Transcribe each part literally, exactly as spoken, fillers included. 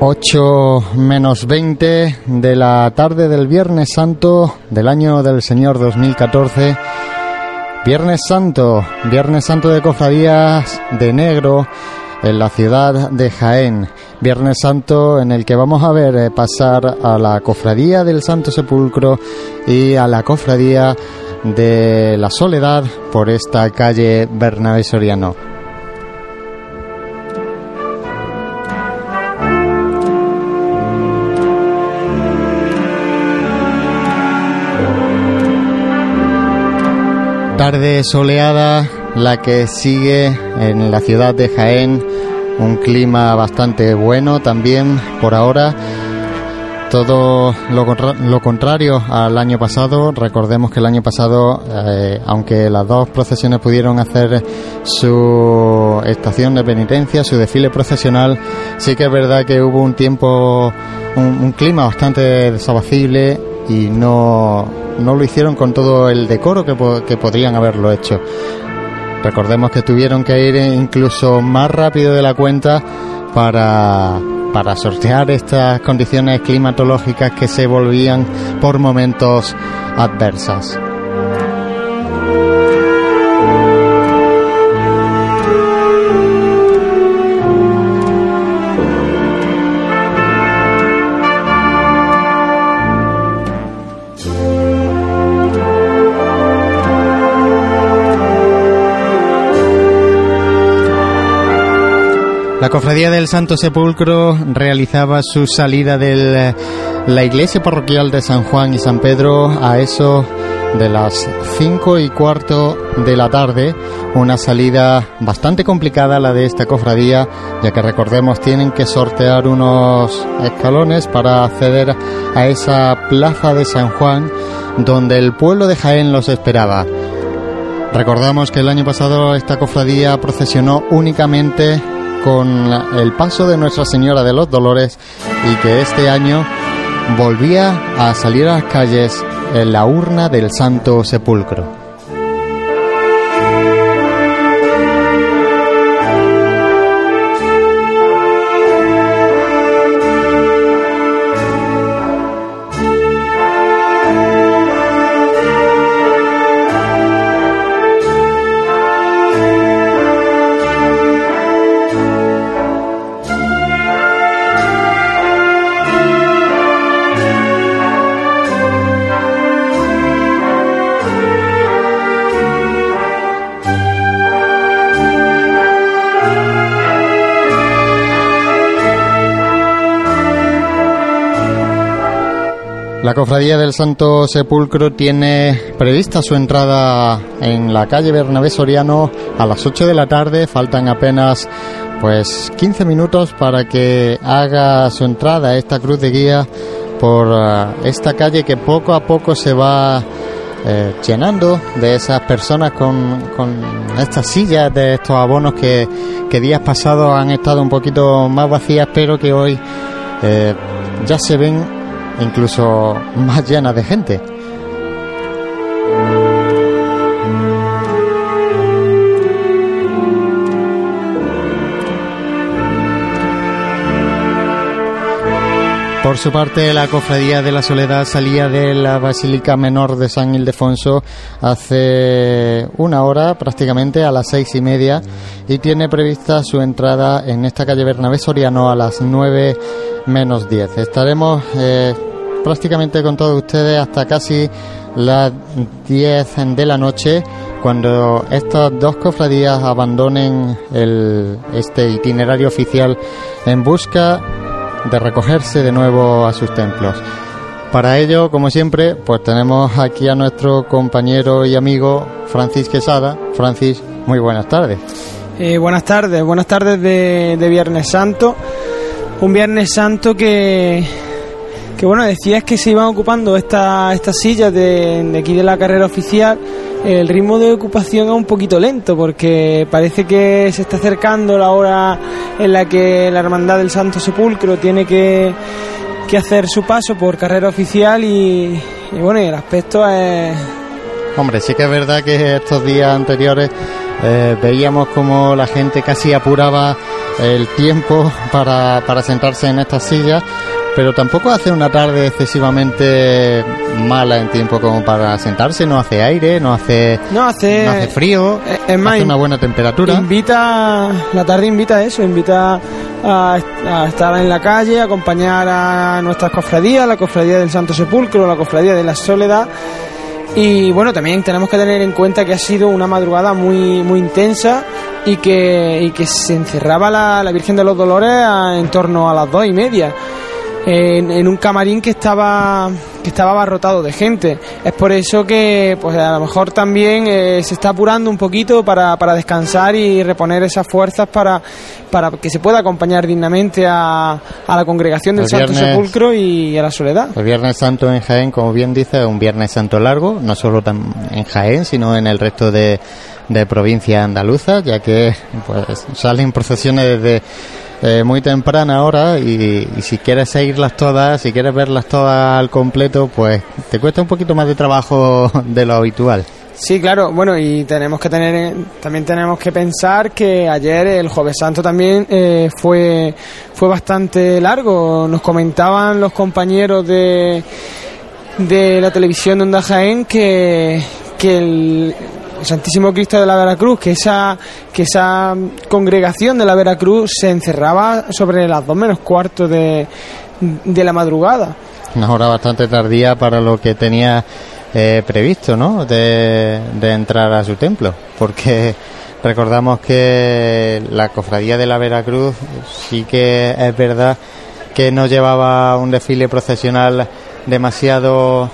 ocho menos veinte de la tarde del Viernes Santo del año del Señor dos mil catorce. Viernes Santo, Viernes Santo de Cofradías de Negro en la ciudad de Jaén. Viernes Santo en el que vamos a ver pasar a la Cofradía del Santo Sepulcro y a la Cofradía de la Soledad por esta calle Bernabé Soriano. Tarde soleada la que sigue en la ciudad de Jaén, un clima bastante bueno también por ahora, todo lo, contra- lo contrario al año pasado. Recordemos que el año pasado, eh, aunque las dos procesiones pudieron hacer su estación de penitencia, su desfile procesional, sí que es verdad que hubo un tiempo, un, un clima bastante desapacible y no, no lo hicieron con todo el decoro que, po- que podrían haberlo hecho. Recordemos que tuvieron que ir incluso más rápido de la cuenta para, para sortear estas condiciones climatológicas que se volvían por momentos adversas. La Cofradía del Santo Sepulcro realizaba su salida de la iglesia parroquial de San Juan y San Pedro a eso de las cinco y cuarto de la tarde, una salida bastante complicada la de esta cofradía, ya que recordemos tienen que sortear unos escalones para acceder a esa plaza de San Juan donde el pueblo de Jaén los esperaba. Recordamos que el año pasado esta cofradía procesionó únicamente con el paso de Nuestra Señora de los Dolores y que este año volvía a salir a las calles en la urna del Santo Sepulcro. La Cofradía del Santo Sepulcro tiene prevista su entrada en la calle Bernabé Soriano a las ocho de la tarde. Faltan apenas pues quince minutos para que haga su entrada a esta cruz de guía por uh, esta calle que poco a poco se va eh, llenando de esas personas con, con estas sillas, de estos abonos que, que días pasados han estado un poquito más vacías, pero que hoy eh, ya se ven incluso más llenas de gente. Por su parte, la Cofradía de la Soledad salía de la Basílica Menor de San Ildefonso hace una hora, prácticamente a las seis y media, y tiene prevista su entrada en esta calle Bernabé Soriano a las nueve menos diez. Estaremos eh, prácticamente con todos ustedes hasta casi las diez de la noche, cuando estas dos cofradías abandonen el, este itinerario oficial en busca de recogerse de nuevo a sus templos. Para ello, como siempre, pues tenemos aquí a nuestro compañero y amigo Francis Quesada. Francis, muy buenas tardes. Eh, buenas tardes, buenas tardes de, de Viernes Santo. Un Viernes Santo que, que bueno, decías que se iban ocupando estas estas sillas de, de aquí de la carrera oficial. El ritmo de ocupación es un poquito lento porque parece que se está acercando la hora en la que la Hermandad del Santo Sepulcro tiene que, que hacer su paso por carrera oficial y, y bueno, y el aspecto es... Hombre, sí que es verdad que estos días anteriores eh, veíamos como la gente casi apuraba el tiempo para, para sentarse en estas sillas, pero tampoco hace una tarde excesivamente mala en tiempo como para sentarse, no hace aire, no hace, no hace, no hace frío, es más, hace una buena temperatura. Invita, la tarde invita a eso, invita a, a estar en la calle, a acompañar a nuestras cofradías, la cofradía del Santo Sepulcro, la cofradía de la Soledad. Y bueno, también tenemos que tener en cuenta que ha sido una madrugada muy muy intensa y que, y que se encerraba la, la Virgen de los Dolores a, en torno a las dos y media. En, en un camarín que estaba que estaba abarrotado de gente. Es por eso que pues a lo mejor también eh, se está apurando un poquito para, para descansar y reponer esas fuerzas para, para que se pueda acompañar dignamente a, a la congregación del Santo Sepulcro y a la Soledad. El Viernes Santo en Jaén, como bien dice, es un Viernes Santo largo, no solo en Jaén, sino en el resto de, de provincias andaluzas, ya que pues salen procesiones desde Eh, muy temprana hora y, y si quieres seguirlas todas, si quieres verlas todas al completo, pues te cuesta un poquito más de trabajo de lo habitual. Sí, claro, bueno, y tenemos que tener, también tenemos que pensar que ayer el Jueves Santo también eh, fue fue bastante largo. Nos comentaban los compañeros de de la televisión de Onda Jaén que que el El Santísimo Cristo de la Veracruz, que esa que esa congregación de la Veracruz se encerraba sobre las dos menos cuarto de, de la madrugada. Una hora bastante tardía para lo que tenía eh, previsto, ¿no? De, de entrar a su templo, porque recordamos que la cofradía de la Veracruz sí que es verdad que no llevaba un desfile procesional demasiado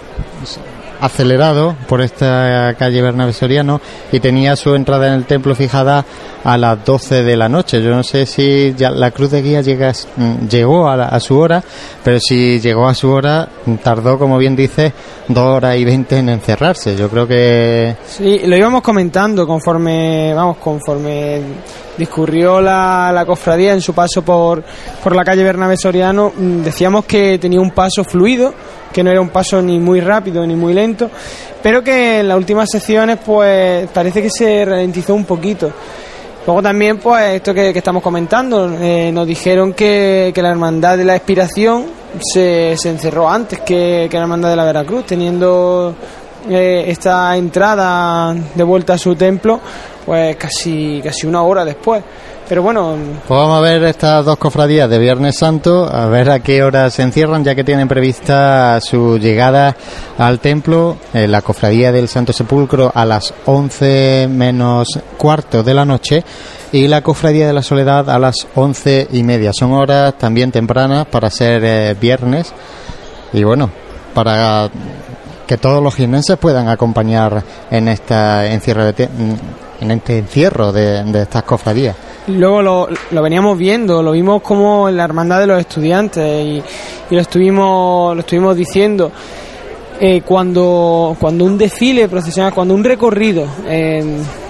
acelerado por esta calle Bernabé Soriano y tenía su entrada en el templo fijada a las doce de la noche. Yo no sé si ya la cruz de guía llega, llegó a, la, a su hora, pero si llegó a su hora tardó, como bien dice, dos horas y veinte en encerrarse. Yo creo que sí, lo íbamos comentando conforme vamos conforme discurrió la, la cofradía en su paso por, por la calle Bernabé Soriano. Decíamos que tenía un paso fluido, que no era un paso ni muy rápido ni muy lento, pero que en las últimas secciones pues parece que se ralentizó un poquito. Luego también pues esto que, que estamos comentando, eh, nos dijeron que, que la Hermandad de la Expiración se, se encerró antes que, que la Hermandad de la Veracruz, teniendo eh, esta entrada de vuelta a su templo pues casi casi una hora después. Pero bueno, pues vamos a ver estas dos cofradías de Viernes Santo, a ver a qué hora se encierran, ya que tienen prevista su llegada al templo, eh, la cofradía del Santo Sepulcro a las once menos cuarto de la noche y la cofradía de la Soledad a las once y media. Son horas también tempranas para ser eh, viernes y bueno, para que todos los jienenses puedan acompañar en esta encierro de te- en este encierro de, de estas cofradías. Luego lo, lo veníamos viendo, lo vimos como en la Hermandad de los Estudiantes y, y lo estuvimos lo estuvimos diciendo. Eh, cuando cuando un desfile procesional, cuando un recorrido eh,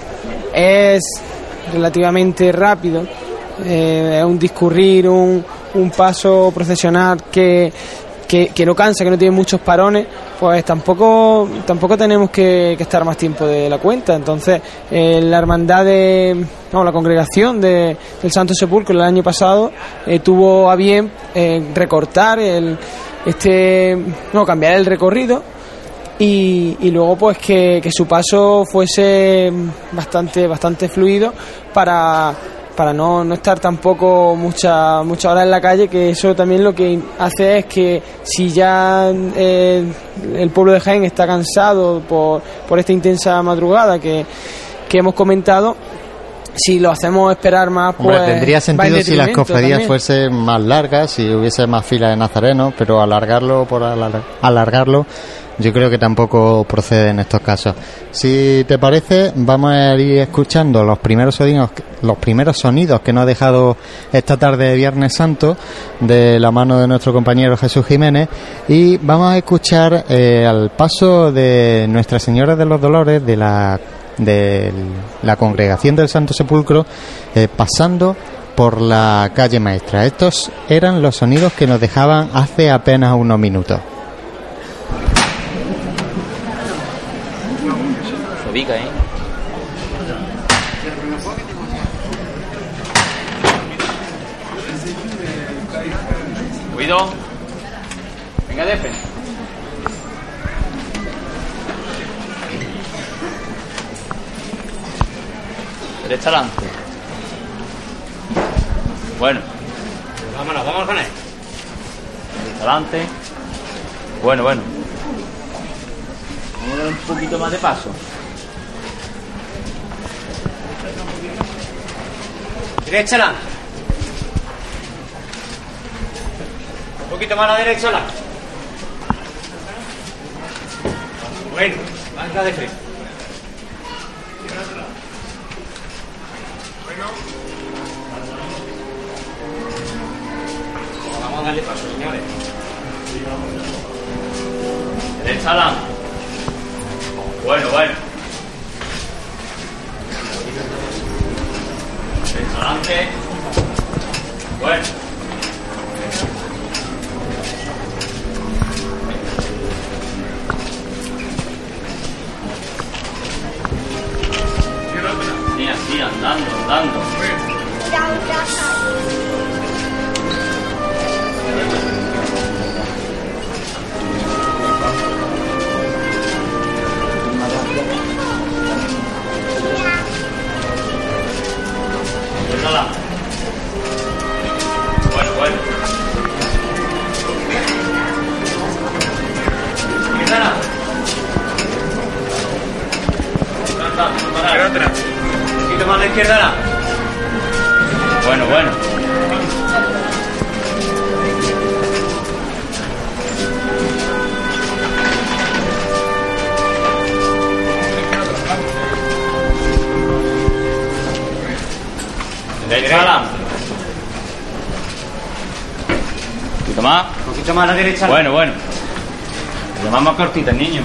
es relativamente rápido, eh, es un discurrir, un, un paso procesional que Que, que no cansa, que no tiene muchos parones, pues tampoco tampoco tenemos que, que estar más tiempo de la cuenta. Entonces eh, la hermandad de no, la congregación de, del Santo Sepulcro el año pasado eh, tuvo a bien eh, recortar el este no cambiar el recorrido y, y luego pues que, que su paso fuese bastante bastante fluido para para no, no estar tampoco muchas mucha horas en la calle, que eso también lo que hace es que si ya eh, el pueblo de Jaén está cansado por, por esta intensa madrugada que, que hemos comentado, si lo hacemos esperar más, pues hombre, tendría sentido si las cofradías también fuesen más largas, si hubiese más filas de nazarenos, pero alargarlo por alar- alargarlo yo creo que tampoco procede en estos casos. Si te parece, vamos a ir escuchando los primeros sonidos, los primeros sonidos que nos ha dejado esta tarde de Viernes Santo de la mano de nuestro compañero Jesús Jiménez, y vamos a escuchar eh, al paso de Nuestra Señora de los Dolores de la de la congregación del Santo Sepulcro eh, pasando por la calle Maestra. Estos eran los sonidos que nos dejaban hace apenas unos minutos. Se ubica, ¿eh? Cuido. Venga, defen. Derecha adelante. Bueno. Vámonos, vámonos con él. Derecha adelante. Bueno, bueno. Vamos a dar un poquito más de paso. Derecha adelante. Un poquito más a la derecha adelante. Bueno, banca de frente. Vamos a darle paso, señores. Derecha adelante. Bueno, bueno. Derecha adelante. Bueno. Sí, así, andando, andando. Bueno, bueno. Izquierda. Un poquito más a la izquierda. Bueno, bueno. Derecha adelante. Un poquito más. Un poquito más a la derecha. Bueno, bueno. Lo más más cortita, el niño.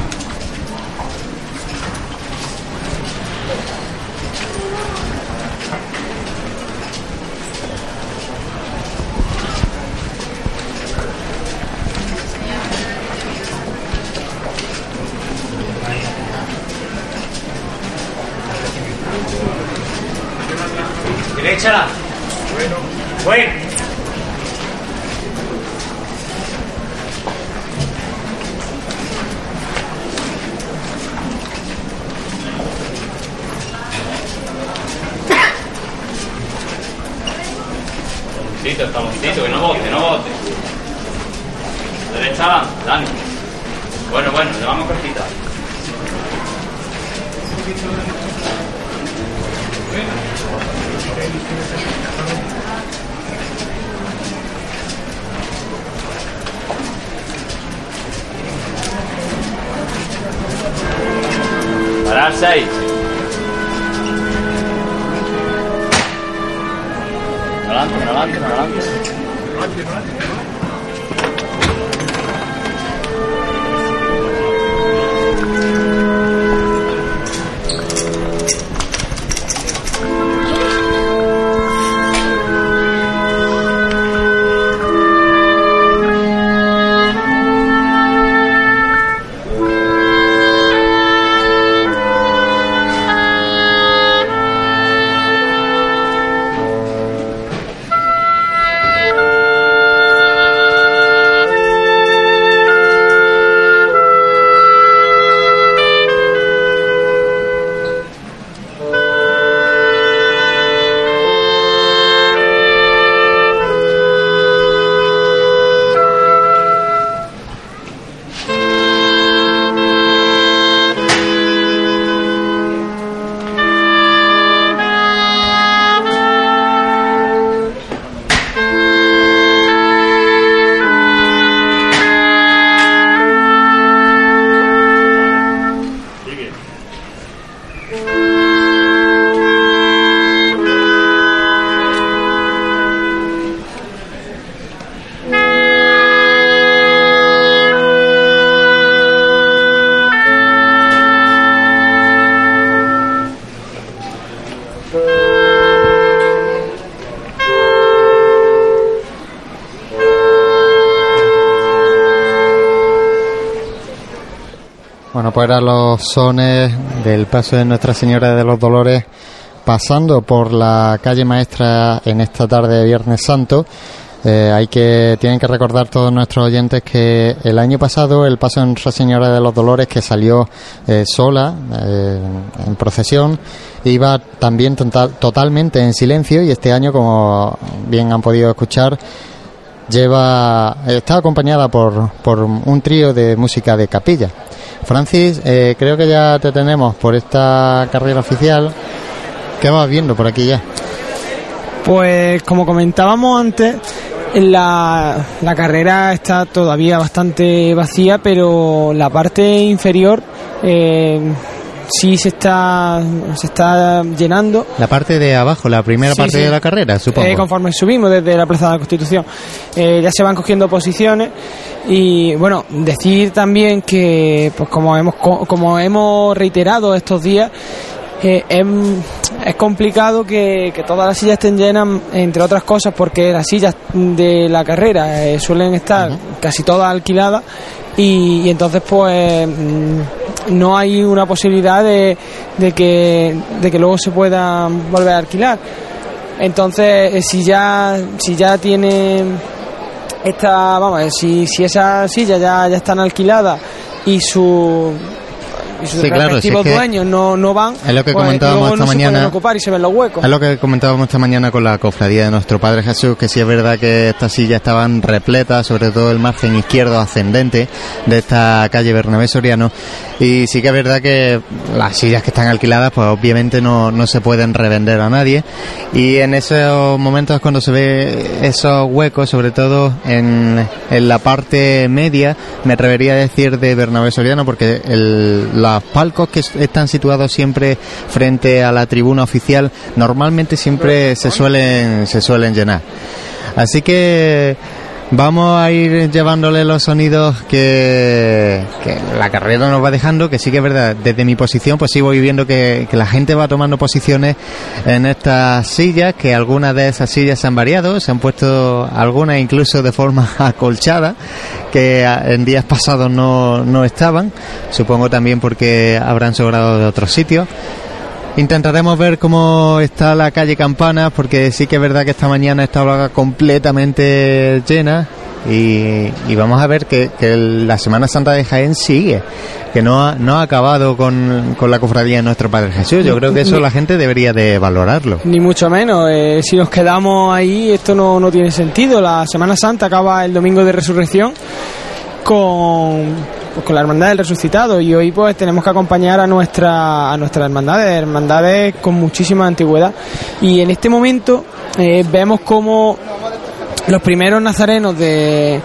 Derecha. Bueno. Bueno. Taloncito, taloncito, que no bote, no bote. Derecha, Dani. Bueno, bueno, le vamos cortita. Pararse ahí. Adelante, adelante, adelante. Bueno, pues eran los sones del paso de Nuestra Señora de los Dolores pasando por la calle Maestra en esta tarde de Viernes Santo, eh, hay que tienen que recordar todos nuestros oyentes que el año pasado el paso de Nuestra Señora de los Dolores, que salió eh, sola eh, en procesión, iba también total, totalmente en silencio, y este año, como bien han podido escuchar, lleva está acompañada por, por un trío de música de capilla. Francis, eh, creo que ya te tenemos por esta carrera oficial. ¿Qué vas viendo por aquí ya? Pues como comentábamos antes, la, la carrera está todavía bastante vacía, pero la parte inferior eh, sí se está se está llenando. La parte de abajo, la primera sí, parte sí. de la carrera, supongo. Eh, conforme subimos desde la Plaza de la Constitución, eh, ya se van cogiendo posiciones. Y bueno, decir también que, pues como hemos como hemos reiterado estos días, eh, es, es complicado que, que todas las sillas estén llenas, entre otras cosas porque las sillas de la carrera eh, suelen estar uh-huh. casi todas alquiladas, y, y entonces pues no hay una posibilidad de, de que de que luego se pueda volver a alquilar. Entonces, si ya si ya tiene esta, vamos, si si esas sillas ya ya están alquiladas y su y sus sí, respectivos claro, si dueños no, no van, es lo que pues comentábamos esta no mañana, se ocupar y se ven los huecos. Es lo que comentábamos esta mañana con la cofradía de Nuestro Padre Jesús, que sí es verdad que estas sillas estaban repletas, sobre todo el margen izquierdo ascendente de esta calle Bernabé Soriano, y sí que es verdad que las sillas que están alquiladas pues obviamente no, no se pueden revender a nadie, y en esos momentos cuando se ve esos huecos, sobre todo en, en la parte media, me atrevería a decir de Bernabé Soriano, porque el, los palcos que están situados siempre frente a la tribuna oficial normalmente siempre se suelen se suelen llenar. Así que vamos a ir llevándole los sonidos que, que la carrera nos va dejando, que sí que es verdad, desde mi posición pues sí voy viendo que, que la gente va tomando posiciones en estas sillas, que algunas de esas sillas se han variado, se han puesto algunas incluso de forma acolchada, que en días pasados no, no estaban, supongo también porque habrán sobrado de otros sitios. Intentaremos ver cómo está la calle Campanas, porque sí que es verdad que esta mañana estaba completamente llena, y, y vamos a ver que, que la Semana Santa de Jaén sigue, que no ha, no ha acabado con, con la cofradía de Nuestro Padre Jesús. Yo creo que eso la gente debería de valorarlo. Ni mucho menos, eh, si nos quedamos ahí esto no, no tiene sentido. La Semana Santa acaba el domingo de Resurrección con... pues con la Hermandad del Resucitado, y hoy pues tenemos que acompañar a nuestra a nuestras hermandades, hermandades con muchísima antigüedad, y en este momento eh, vemos como los primeros nazarenos de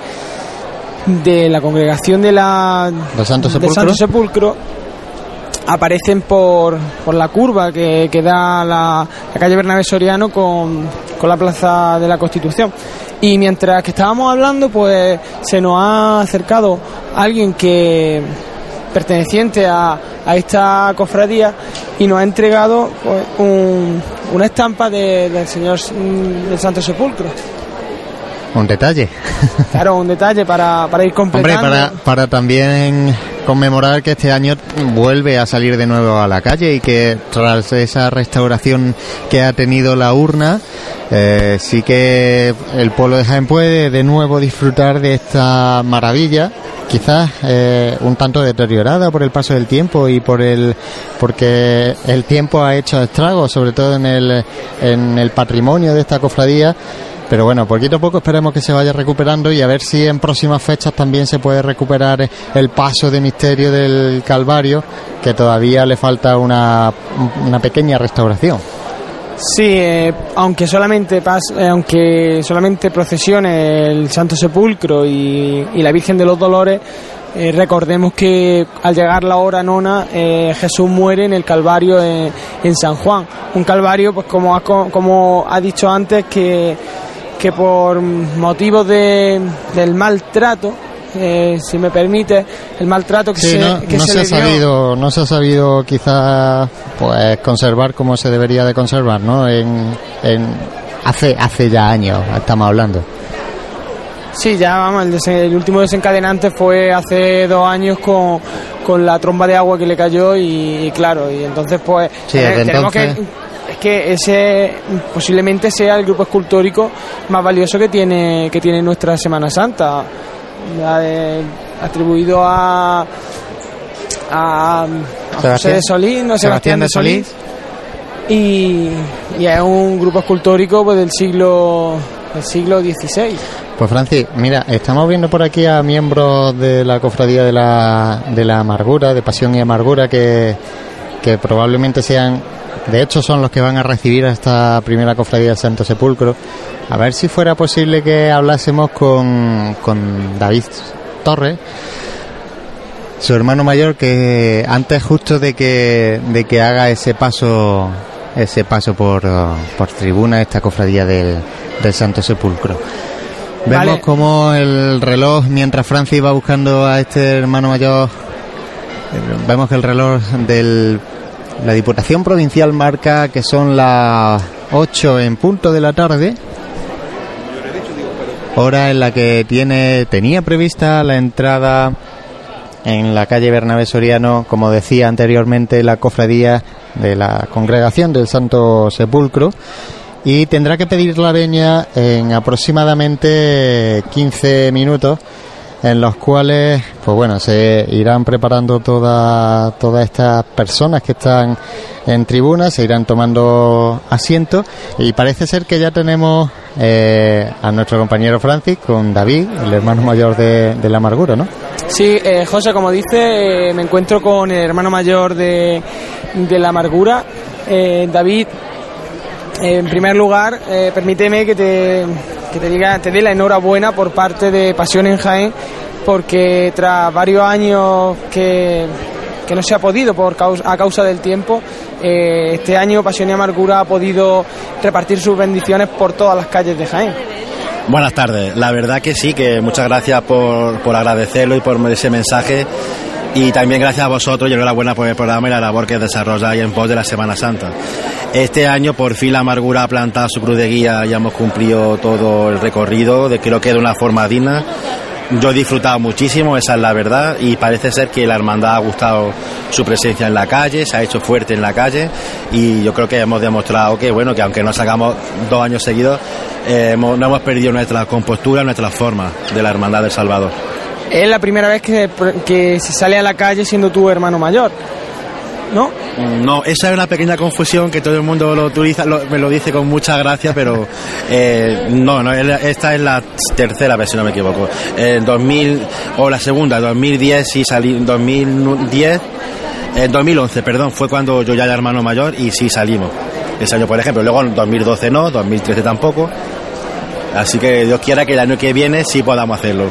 de la congregación de la del Santo Sepulcro, del Santo Sepulcro aparecen por, por la curva que, que da la, la calle Bernabé Soriano con, con la Plaza de la Constitución. Y mientras que estábamos hablando, pues se nos ha acercado alguien que perteneciente a, a esta cofradía, y nos ha entregado pues, un, una estampa de, del Señor del Santo Sepulcro. Un detalle. Claro, un detalle para, para ir completando. Hombre, para, para también conmemorar que este año vuelve a salir de nuevo a la calle, y que tras esa restauración que ha tenido la urna, eh, sí que el pueblo de Jaén puede de nuevo disfrutar de esta maravilla, quizás eh, un tanto deteriorada por el paso del tiempo y por el porque el tiempo ha hecho estragos, sobre todo en el en el patrimonio de esta cofradía. Pero bueno, poquito a poco esperemos que se vaya recuperando, y a ver si en próximas fechas también se puede recuperar el paso de misterio del Calvario, que todavía le falta una, una pequeña restauración. Sí, eh, aunque solamente pas, eh, aunque solamente procesione el Santo Sepulcro y, y la Virgen de los Dolores, eh, recordemos que al llegar la hora nona eh, Jesús muere en el Calvario en, en San Juan. Un Calvario, pues como ha, como ha dicho antes, que que por motivos de, del maltrato, eh, si me permite, el maltrato que sí, se, no, que no se, se le ha sabido, no se ha sabido quizás pues conservar como se debería de conservar, ¿no? En, en hace hace ya años estamos hablando. Sí, ya vamos, el, desen, el último desencadenante fue hace dos años con, con la tromba de agua que le cayó, y, y claro, y entonces pues sí, eh, tenemos entonces... que que ese posiblemente sea el grupo escultórico más valioso que tiene que tiene nuestra Semana Santa, eh, atribuido a a, a José de Solís, no, Sebastián, Sebastián de Solís, y, y es un grupo escultórico pues del siglo del siglo dieciséis. Pues Francis, mira, estamos viendo por aquí a miembros de la cofradía de la de la amargura, de Pasión y Amargura, que que probablemente sean, de hecho son los que van a recibir a esta primera cofradía del Santo Sepulcro. A ver si fuera posible que hablásemos con, con David Torres, su hermano mayor, que antes justo de que de que haga ese paso ese paso por, por tribuna, esta cofradía del, del Santo Sepulcro. Vemos vale. Como el reloj, mientras Francis va buscando a este hermano mayor, vemos que el reloj de la Diputación Provincial marca que son las ocho en punto de la tarde, hora en la que tiene tenía prevista la entrada en la calle Bernabé Soriano, como decía anteriormente, la cofradía de la Congregación del Santo Sepulcro, y tendrá que pedir la veña en aproximadamente quince minutos, en los cuales, pues bueno, se irán preparando toda, todas estas personas que están en tribuna, se irán tomando asiento, y parece ser que ya tenemos eh, a nuestro compañero Francis con David, el hermano mayor de, de la amargura, ¿no? Sí, eh, José, como dice, eh, me encuentro con el hermano mayor de, de la amargura, eh, David. En primer lugar, eh, permíteme que te, que te diga, te dé la enhorabuena por parte de Pasión en Jaén, porque tras varios años que, que no se ha podido por causa, a causa del tiempo, eh, este año Pasión y Amargura ha podido repartir sus bendiciones por todas las calles de Jaén. Buenas tardes, la verdad que sí, que muchas gracias por, por agradecerlo y por ese mensaje. Y también gracias a vosotros y enhorabuena por el programa y la labor que desarrolláis en pos de la Semana Santa. Este año por fin la amargura ha plantado su cruz de guía y hemos cumplido todo el recorrido, de creo que de una forma digna. Yo he disfrutado muchísimo, esa es la verdad, y parece ser que la hermandad ha gustado su presencia en la calle, se ha hecho fuerte en la calle, y yo creo que hemos demostrado que bueno, que aunque no sacamos dos años seguidos, eh, hemos, no hemos perdido nuestra compostura, nuestra forma de la hermandad del Salvador. Es la primera vez que, que se sale a la calle siendo tu hermano mayor, ¿no? No, esa es una pequeña confusión que todo el mundo lo utiliza, lo, me lo dice con mucha gracia, pero eh, no, no, esta es la tercera vez, si no me equivoco. En dos mil, o la segunda, dos mil diez, sí salí, en dos mil diez, en dos mil once, perdón, fue cuando yo ya era hermano mayor y sí salimos. Ese año, por ejemplo, luego en dos mil doce no, dos mil trece tampoco. Así que Dios quiera que el año que viene sí podamos hacerlo.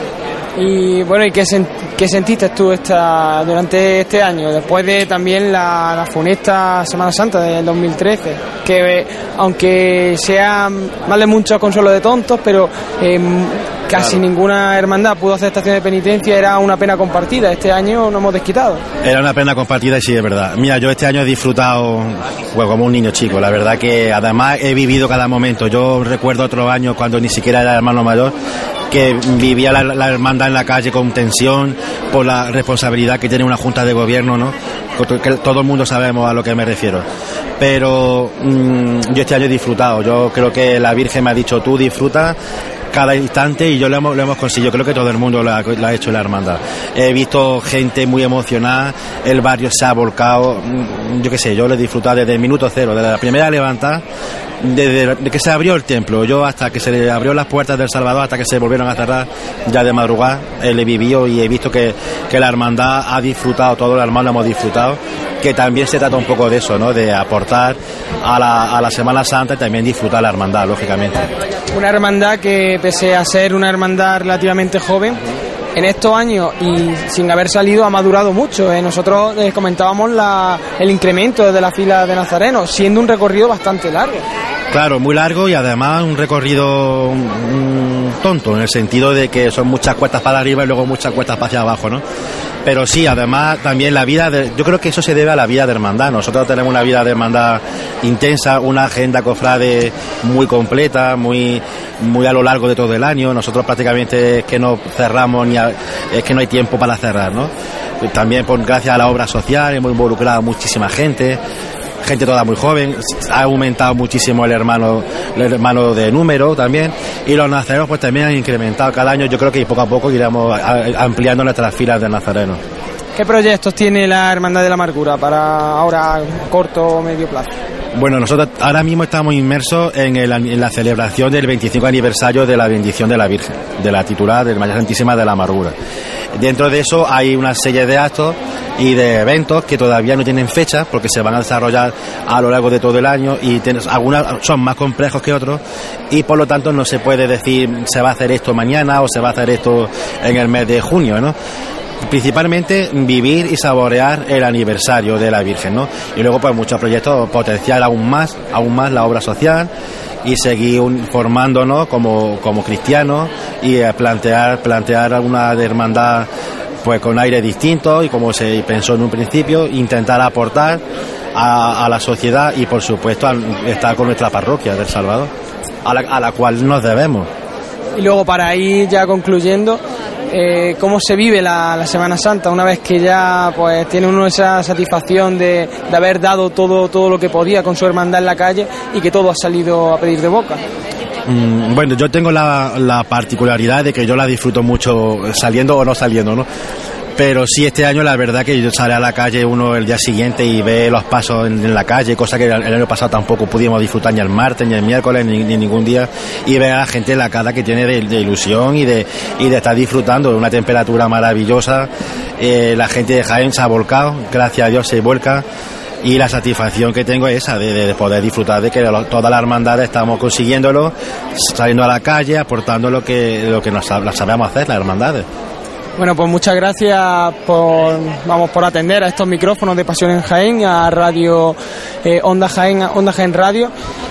Y bueno, ¿y qué, sen- qué sentiste tú esta durante este año, después de también la, la funesta Semana Santa del dos mil trece? Que eh, aunque sea más de muchos consuelos de tontos, pero eh, casi claro, ninguna hermandad pudo hacer estación de penitencia, era una pena compartida. Este año nos hemos desquitado. Era una pena compartida y sí, es verdad. Mira, yo este año he disfrutado pues, como un niño chico, la verdad que además he vivido cada momento. Yo recuerdo otros años cuando ni siquiera era hermano mayor, que vivía la, la hermandad en la calle con tensión por la responsabilidad que tiene una junta de gobierno, ¿no? Que todo el mundo sabemos a lo que me refiero. Pero mmm, yo este año he disfrutado. Yo creo que la Virgen me ha dicho, tú disfruta cada instante, y yo lo hemos, lo hemos conseguido. Creo que todo el mundo lo ha, lo ha hecho en la hermandad. He visto gente muy emocionada, el barrio se ha volcado, yo qué sé, yo lo he disfrutado desde el minuto cero, desde la primera levantada, desde que se abrió el templo, yo hasta que se le abrió las puertas del Salvador, hasta que se volvieron a cerrar ya de madrugada, eh, le he vivido y he visto que, que la hermandad ha disfrutado, todos los hermanos hemos disfrutado, que también se trata un poco de eso, ¿no? De aportar a la, a la Semana Santa y también disfrutar la hermandad, lógicamente. Una hermandad que, pese a ser una hermandad relativamente joven, en estos años y sin haber salido ha madurado mucho. ¿eh? Nosotros eh, comentábamos la, el incremento de la fila de nazarenos, siendo un recorrido bastante largo. Claro, muy largo y además un recorrido um, tonto, en el sentido de que son muchas cuestas para arriba y luego muchas cuestas hacia abajo, ¿no? Pero sí, además también la vida, de, yo creo que eso se debe a la vida de hermandad. Nosotros tenemos una vida de hermandad intensa, una agenda cofrade muy completa, muy muy a lo largo de todo el año. Nosotros prácticamente es que no cerramos, ni a, es que no hay tiempo para cerrar, ¿no? También por gracias a la obra social hemos involucrado a muchísima gente, gente toda muy joven, ha aumentado muchísimo el hermano, el hermano de número también, y los nazarenos pues también han incrementado cada año. Yo creo que poco a poco iremos ampliando nuestras filas de nazarenos. ¿Qué proyectos tiene la Hermandad de la Amargura para ahora, corto o medio plazo? Bueno, nosotros ahora mismo estamos inmersos en, el, en la celebración del veinticinco aniversario de la bendición de la Virgen, de la titular de María Santísima de la Amargura. Dentro de eso hay una serie de actos y de eventos que todavía no tienen fecha porque se van a desarrollar a lo largo de todo el año y tienes, algunos son más complejos que otros y por lo tanto no se puede decir se va a hacer esto mañana o se va a hacer esto en el mes de junio, ¿no? Principalmente vivir y saborear el aniversario de la Virgen, ¿no? Y luego pues muchos proyectos, potenciar aún más, aún más la obra social y seguir un, formándonos como, como cristianos y eh, plantear, plantear alguna hermandad pues con aire distinto y como se pensó en un principio, intentar aportar a, a la sociedad y por supuesto a estar con nuestra parroquia del Salvador, a la, a la cual nos debemos. Y luego para ir ya concluyendo, Eh, cómo se vive la, la Semana Santa una vez que ya pues tiene uno esa satisfacción de, de haber dado todo todo lo que podía con su hermandad en la calle y que todo ha salido a pedir de boca. Mm, bueno, yo tengo la, la particularidad de que yo la disfruto mucho saliendo o no saliendo, ¿no? Pero sí, este año la verdad que yo salí a la calle uno el día siguiente y ve los pasos en, en la calle, cosa que el, el año pasado tampoco pudimos disfrutar ni el martes, ni el miércoles, ni, ni ningún día, y ver a la gente en la cara que tiene de, de ilusión y de, y de estar disfrutando de una temperatura maravillosa. Eh, la gente de Jaén se ha volcado, gracias a Dios se vuelca, y la satisfacción que tengo es esa, de, de poder disfrutar de que lo, todas las hermandades estamos consiguiéndolo, saliendo a la calle, aportando lo que, lo que nos sabemos hacer las hermandades. Bueno, pues muchas gracias por vamos por atender a estos micrófonos de Pasión en Jaén, a Radio eh, Onda Jaén, Onda Jaén Radio.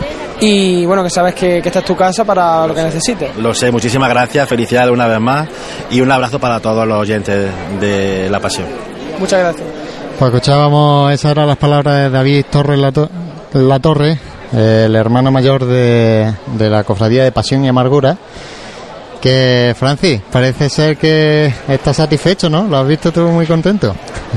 Y bueno, que sabes que, que esta es tu casa para lo que necesites. Lo sé, muchísimas gracias, felicidades una vez más y un abrazo para todos los oyentes de La Pasión. Muchas gracias. Pues escuchábamos, esas eran las palabras de David Torres La, to- la Torre, eh, el hermano mayor de, de la Cofradía de Pasión y Amargura. Que, Francis, parece ser que estás satisfecho, ¿no? Lo has visto tú muy contento.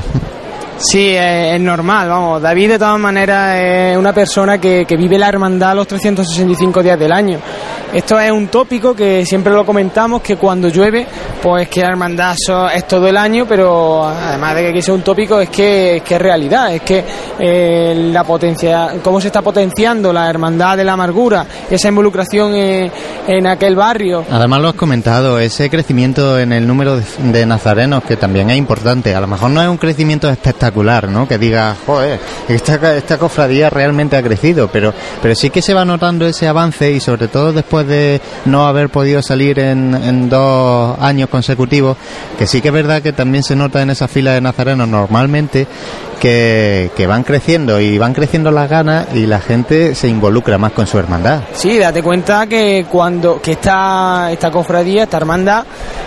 Sí, es, es normal, vamos. David de todas maneras es una persona que, que vive la hermandad los trescientos sesenta y cinco días del año. Esto es un tópico que siempre lo comentamos, que cuando llueve, pues que la hermandad es todo el año, pero además de que sea un tópico, es que es, que es realidad, es que eh, la potencia, cómo se está potenciando la hermandad de la amargura, esa involucración en, en aquel barrio. Además lo has comentado, ese crecimiento en el número de, de nazarenos, que también es importante. A lo mejor no es un crecimiento espectacular, ¿no? Que diga, joder, esta, esta cofradía realmente ha crecido, pero, pero sí que se va notando ese avance y sobre todo después de no haber podido salir en, en dos años consecutivos, que sí que es verdad que también se nota en esa fila de nazarenos normalmente que, que van creciendo y van creciendo las ganas y la gente se involucra más con su hermandad. Sí, date cuenta que cuando que esta, esta cofradía, esta hermandad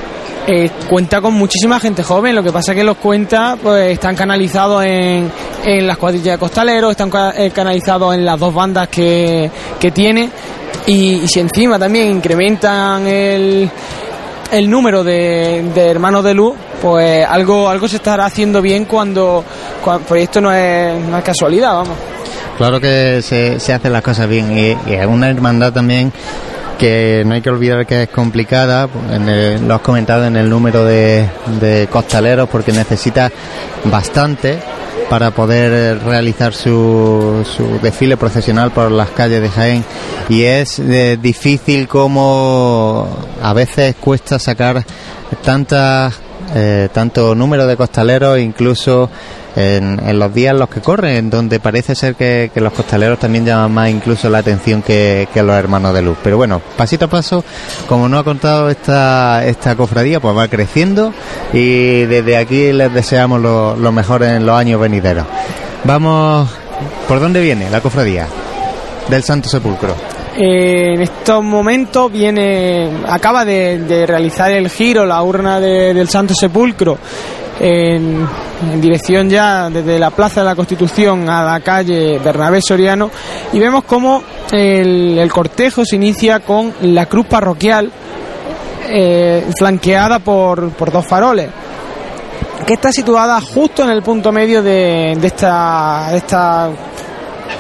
Eh, cuenta con muchísima gente joven. Lo que pasa es que los cuentas pues están canalizados en, en las cuadrillas de costaleros, están eh, canalizados en las dos bandas que, que tiene y, y si encima también incrementan el, el número de, de hermanos de luz, pues algo algo se estará haciendo bien cuando, cuando pues esto no es, no es casualidad, vamos. Claro que se, se hacen las cosas bien y, y es una hermandad también que no hay que olvidar que es complicada, en el, lo has comentado, en el número de, de costaleros, porque necesita bastante para poder realizar su, su desfile procesional por las calles de Jaén, y es eh, difícil como a veces cuesta sacar tantas eh, tanto número de costaleros, incluso En, en los días en los que corren, donde parece ser que, que los costaleros también llaman más incluso la atención que, que los hermanos de luz. Pero bueno, pasito a paso, como nos ha contado esta, esta cofradía, pues va creciendo y desde aquí les deseamos lo, lo mejor en los años venideros. Vamos, ¿por dónde viene la cofradía del Santo Sepulcro? Eh, en estos momentos viene, acaba de, de realizar el giro la urna de, del Santo Sepulcro en, en dirección ya desde la Plaza de la Constitución a la calle Bernabé Soriano, y vemos cómo el, el cortejo se inicia con la cruz parroquial eh, flanqueada por, por dos faroles, que está situada justo en el punto medio de, de esta, de esta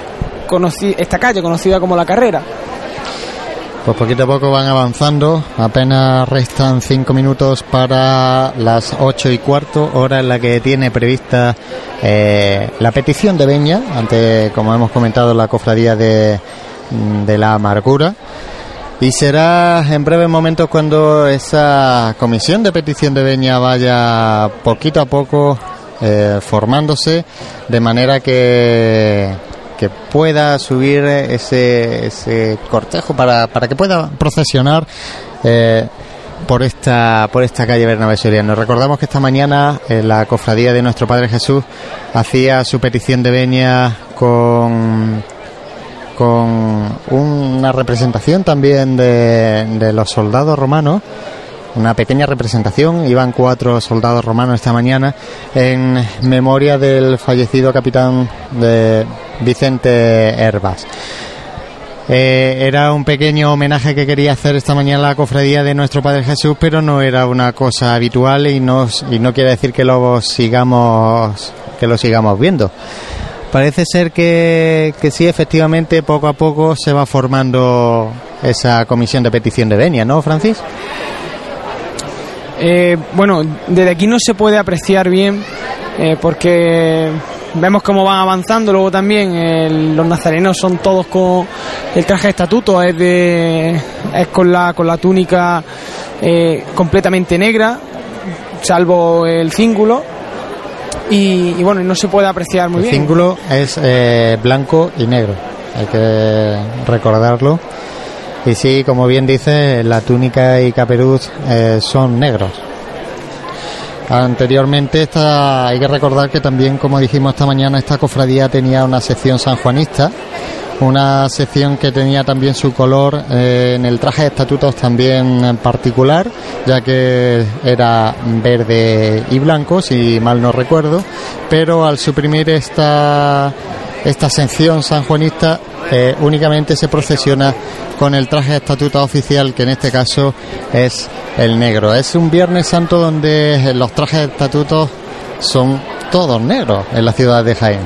conoci- esta calle conocida como La Carrera. Pues poquito a poco van avanzando, apenas restan cinco minutos para las ocho y cuarto, hora en la que tiene prevista eh, la petición de veña, ante, como hemos comentado, la cofradía de, de la Amargura. Y será en breves momentos cuando esa comisión de petición de veña vaya poquito a poco eh, formándose, de manera que... que pueda subir ese, ese cortejo para, para que pueda procesionar eh, por esta por esta calle Bernabé Soriano. Recordamos que esta mañana eh, la cofradía de Nuestro Padre Jesús hacía su petición de veña con con una representación también de, de los soldados romanos. Una pequeña representación, iban cuatro soldados romanos esta mañana en memoria del fallecido capitán de Vicente Hervás. Eh, era un pequeño homenaje que quería hacer esta mañana la cofradía de Nuestro Padre Jesús, pero no era una cosa habitual y no, y no quiere decir que lo sigamos que lo sigamos viendo. Parece ser que, que sí, efectivamente, poco a poco se va formando esa comisión de petición de venia, ¿no, Francis? Eh, bueno, desde aquí no se puede apreciar bien eh, porque vemos cómo van avanzando. Luego también eh, los nazarenos son todos con el traje de estatuto, es, de, es con la con la túnica eh, completamente negra, salvo el cíngulo. Y, y bueno, no se puede apreciar muy el bien. El cíngulo es eh, blanco y negro, hay que recordarlo. Y sí, como bien dice, la túnica y caperuz eh, son negros. Anteriormente esta, hay que recordar que también, como dijimos esta mañana, esta cofradía tenía una sección sanjuanista, una sección que tenía también su color eh, en el traje de estatutos también en particular, ya que era verde y blanco, si mal no recuerdo, pero al suprimir esta esta sección sanjuanista eh, únicamente se procesiona con el traje de estatuto oficial, que en este caso es el negro. Es un Viernes Santo donde los trajes de estatutos son todos negros en la ciudad de Jaén.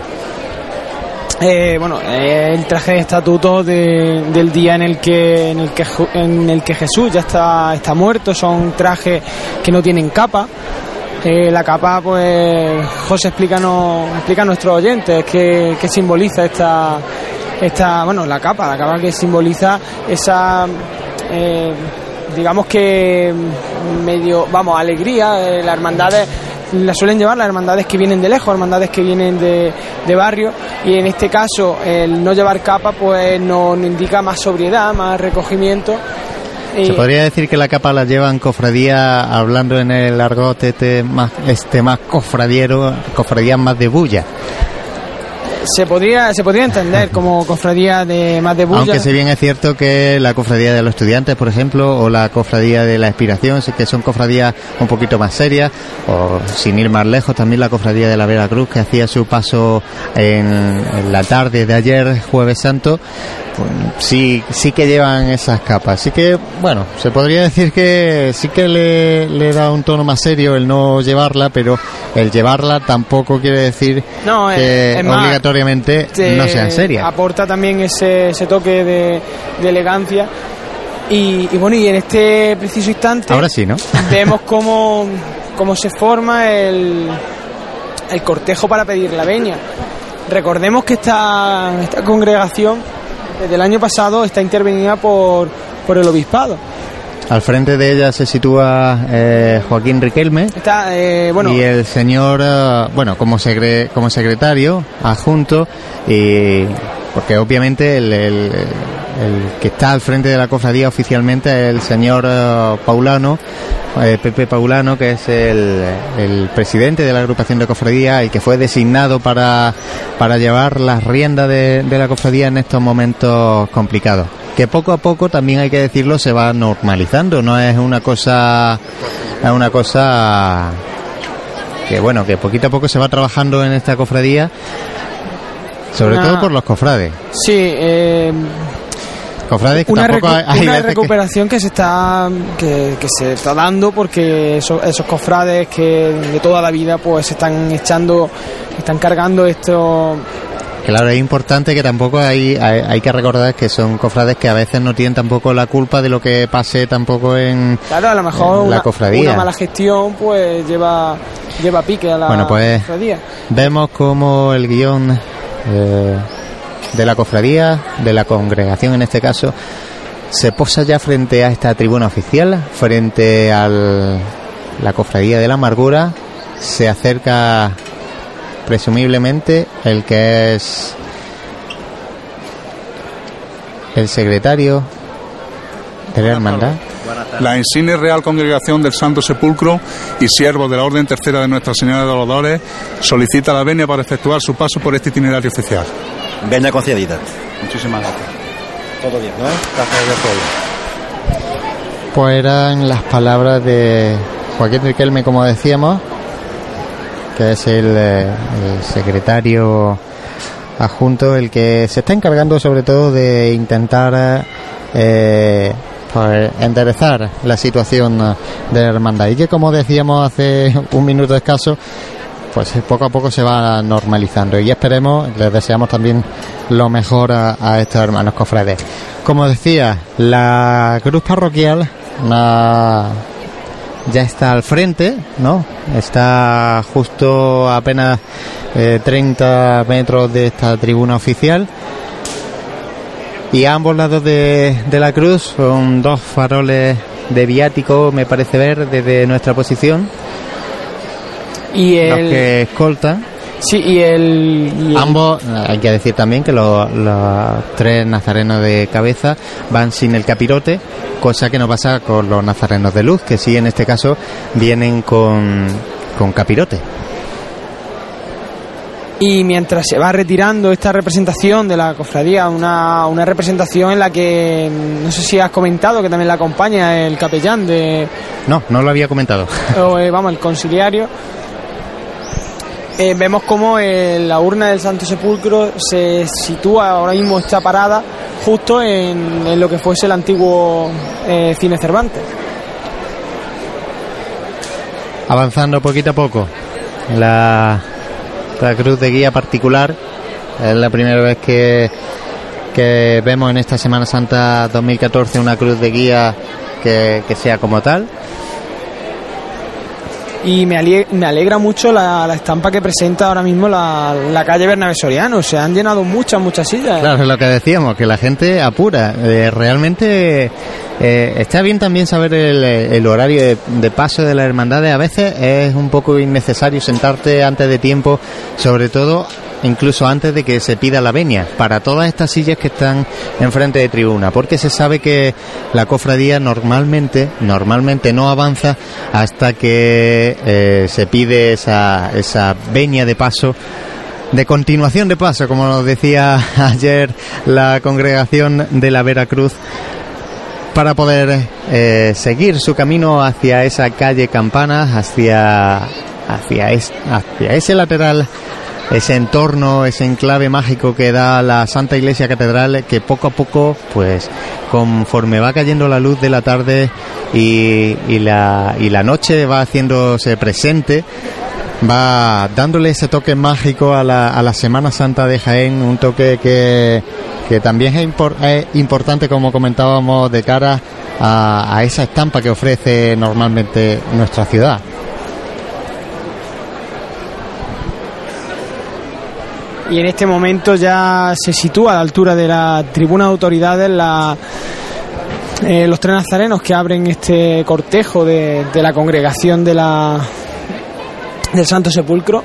Eh, bueno, eh, el traje de estatuto de, del día en el que en el que en el que Jesús ya está está muerto. Son trajes que no tienen capa. Eh, la capa, pues José, explícanos, explica a nuestros oyentes qué, qué simboliza esta esta bueno la capa, la capa que simboliza esa eh, digamos que medio, vamos, alegría. Eh, las hermandades la suelen llevar las hermandades que vienen de lejos, hermandades que vienen de, de barrio, y en este caso el no llevar capa pues nos no indica más sobriedad, más recogimiento. Se podría decir que la capa la llevan cofradía, hablando en el argot este más, este más cofradiero, cofradías más de bulla. Se podría, se podría entender como cofradía de más de bulla. Aunque si bien es cierto que la cofradía de los estudiantes, por ejemplo, o la cofradía de la Expiración, que son cofradías un poquito más serias, o sin ir más lejos, también la cofradía de la Veracruz, que hacía su paso en, en la tarde de ayer, Jueves Santo, pues, sí, sí que llevan esas capas. Así que, bueno, se podría decir que sí que le, le da un tono más serio el no llevarla, pero el llevarla tampoco quiere decir no, que es, es más, obligatoriamente no sean serias. Aporta también ese, ese toque de, de elegancia. Y, y bueno, y en este preciso instante ahora sí, ¿no? vemos cómo, cómo se forma el, el cortejo para pedir la veña. Recordemos que esta, esta congregación desde el año pasado está intervenida por, por el obispado. Al frente de ella se sitúa eh, Joaquín Riquelme. Está, eh, bueno, y el señor, uh, bueno, como, segre, como secretario adjunto, y porque obviamente el, el, el que está al frente de la cofradía oficialmente es el señor uh, Paulano, eh, Pepe Paulano, que es el, el presidente de la agrupación de cofradía y que fue designado para, para llevar las riendas de, de la cofradía en estos momentos complicados, que poco a poco, también hay que decirlo, se va normalizando. No es una cosa, es una cosa que, bueno, que poquito a poco se va trabajando en esta cofradía, sobre una, todo por los cofrades. Sí, eh, cofrades que una, tampoco recu- hay, hay una recuperación que... que se está que, que se está dando, porque esos, esos cofrades que de toda la vida pues se están echando, están cargando estos claro, es importante que tampoco hay, hay, hay que recordar que son cofrades que a veces no tienen tampoco la culpa de lo que pase tampoco en, claro, a lo mejor en la una, cofradía. Una mala gestión pues lleva, lleva pique a la bueno, pues, cofradía. Vemos como el guión eh, de la cofradía, de la congregación en este caso, se posa ya frente a esta tribuna oficial, frente a la cofradía de la amargura. Se acerca presumiblemente el que es el secretario de la hermandad. La insigne Real Congregación del Santo Sepulcro y siervos de la Orden Tercera de Nuestra Señora de los Dolores solicita la venia para efectuar su paso por este itinerario oficial. Venia concedida. Muchísimas gracias. Todo bien, ¿no? Gracias de todo. Pues eran las palabras de Joaquín Riquelme, como decíamos, que es el, el secretario adjunto, el que se está encargando sobre todo de intentar eh, pues, enderezar la situación de la hermandad, y que, como decíamos hace un minuto escaso, pues poco a poco se va normalizando, y esperemos, les deseamos también lo mejor a, a estos hermanos cofrades. Como decía, la cruz parroquial una, ya está al frente, ¿no? Está justo a apenas eh, treinta metros de esta tribuna oficial, y a ambos lados de, de la cruz son dos faroles de viático, me parece ver desde nuestra posición, y el... los que escoltan. Sí, y el, y el... Ambos, hay que decir también que los, los tres nazarenos de cabeza van sin el capirote, cosa que no pasa con los nazarenos de luz, que sí en este caso vienen con, con capirote. Y mientras se va retirando esta representación de la cofradía, una, una representación en la que, no sé si has comentado que también la acompaña el capellán de... No, no lo había comentado. O, eh, vamos, el conciliario. Eh, vemos como eh, la urna del Santo Sepulcro se sitúa, ahora mismo está parada justo en, en lo que fuese el antiguo eh, Cine Cervantes. Avanzando poquito a poco, la, la cruz de guía particular es la primera vez que, que vemos en esta Semana Santa dos mil catorce una cruz de guía que, que sea como tal. Y me alegra, me alegra mucho la, la estampa que presenta ahora mismo la, la calle Bernabé Soriano. Se han llenado muchas, muchas sillas. Claro, es lo que decíamos, que la gente apura. Eh, realmente eh, está bien también saber el, el horario de, de paso de las hermandades. A veces es un poco innecesario sentarte antes de tiempo, sobre todo incluso antes de que se pida la venia, para todas estas sillas que están enfrente de tribuna, porque se sabe que la cofradía normalmente normalmente no avanza hasta que eh, se pide esa, esa venia de paso, de continuación de paso, como nos decía ayer la congregación de la Veracruz, para poder eh, seguir su camino hacia esa calle Campanas, hacia, hacia, es, hacia ese lateral, ese entorno, ese enclave mágico que da la Santa Iglesia Catedral, que poco a poco, pues conforme va cayendo la luz de la tarde y, y, la, y la noche va haciéndose presente, va dándole ese toque mágico a la, a la Semana Santa de Jaén, un toque que, que también es, impor, es importante, como comentábamos, de cara a, a esa estampa que ofrece normalmente nuestra ciudad. Y en este momento ya se sitúa a la altura de la tribuna de autoridades la, eh, los tres nazarenos que abren este cortejo de, de la congregación de la del Santo Sepulcro,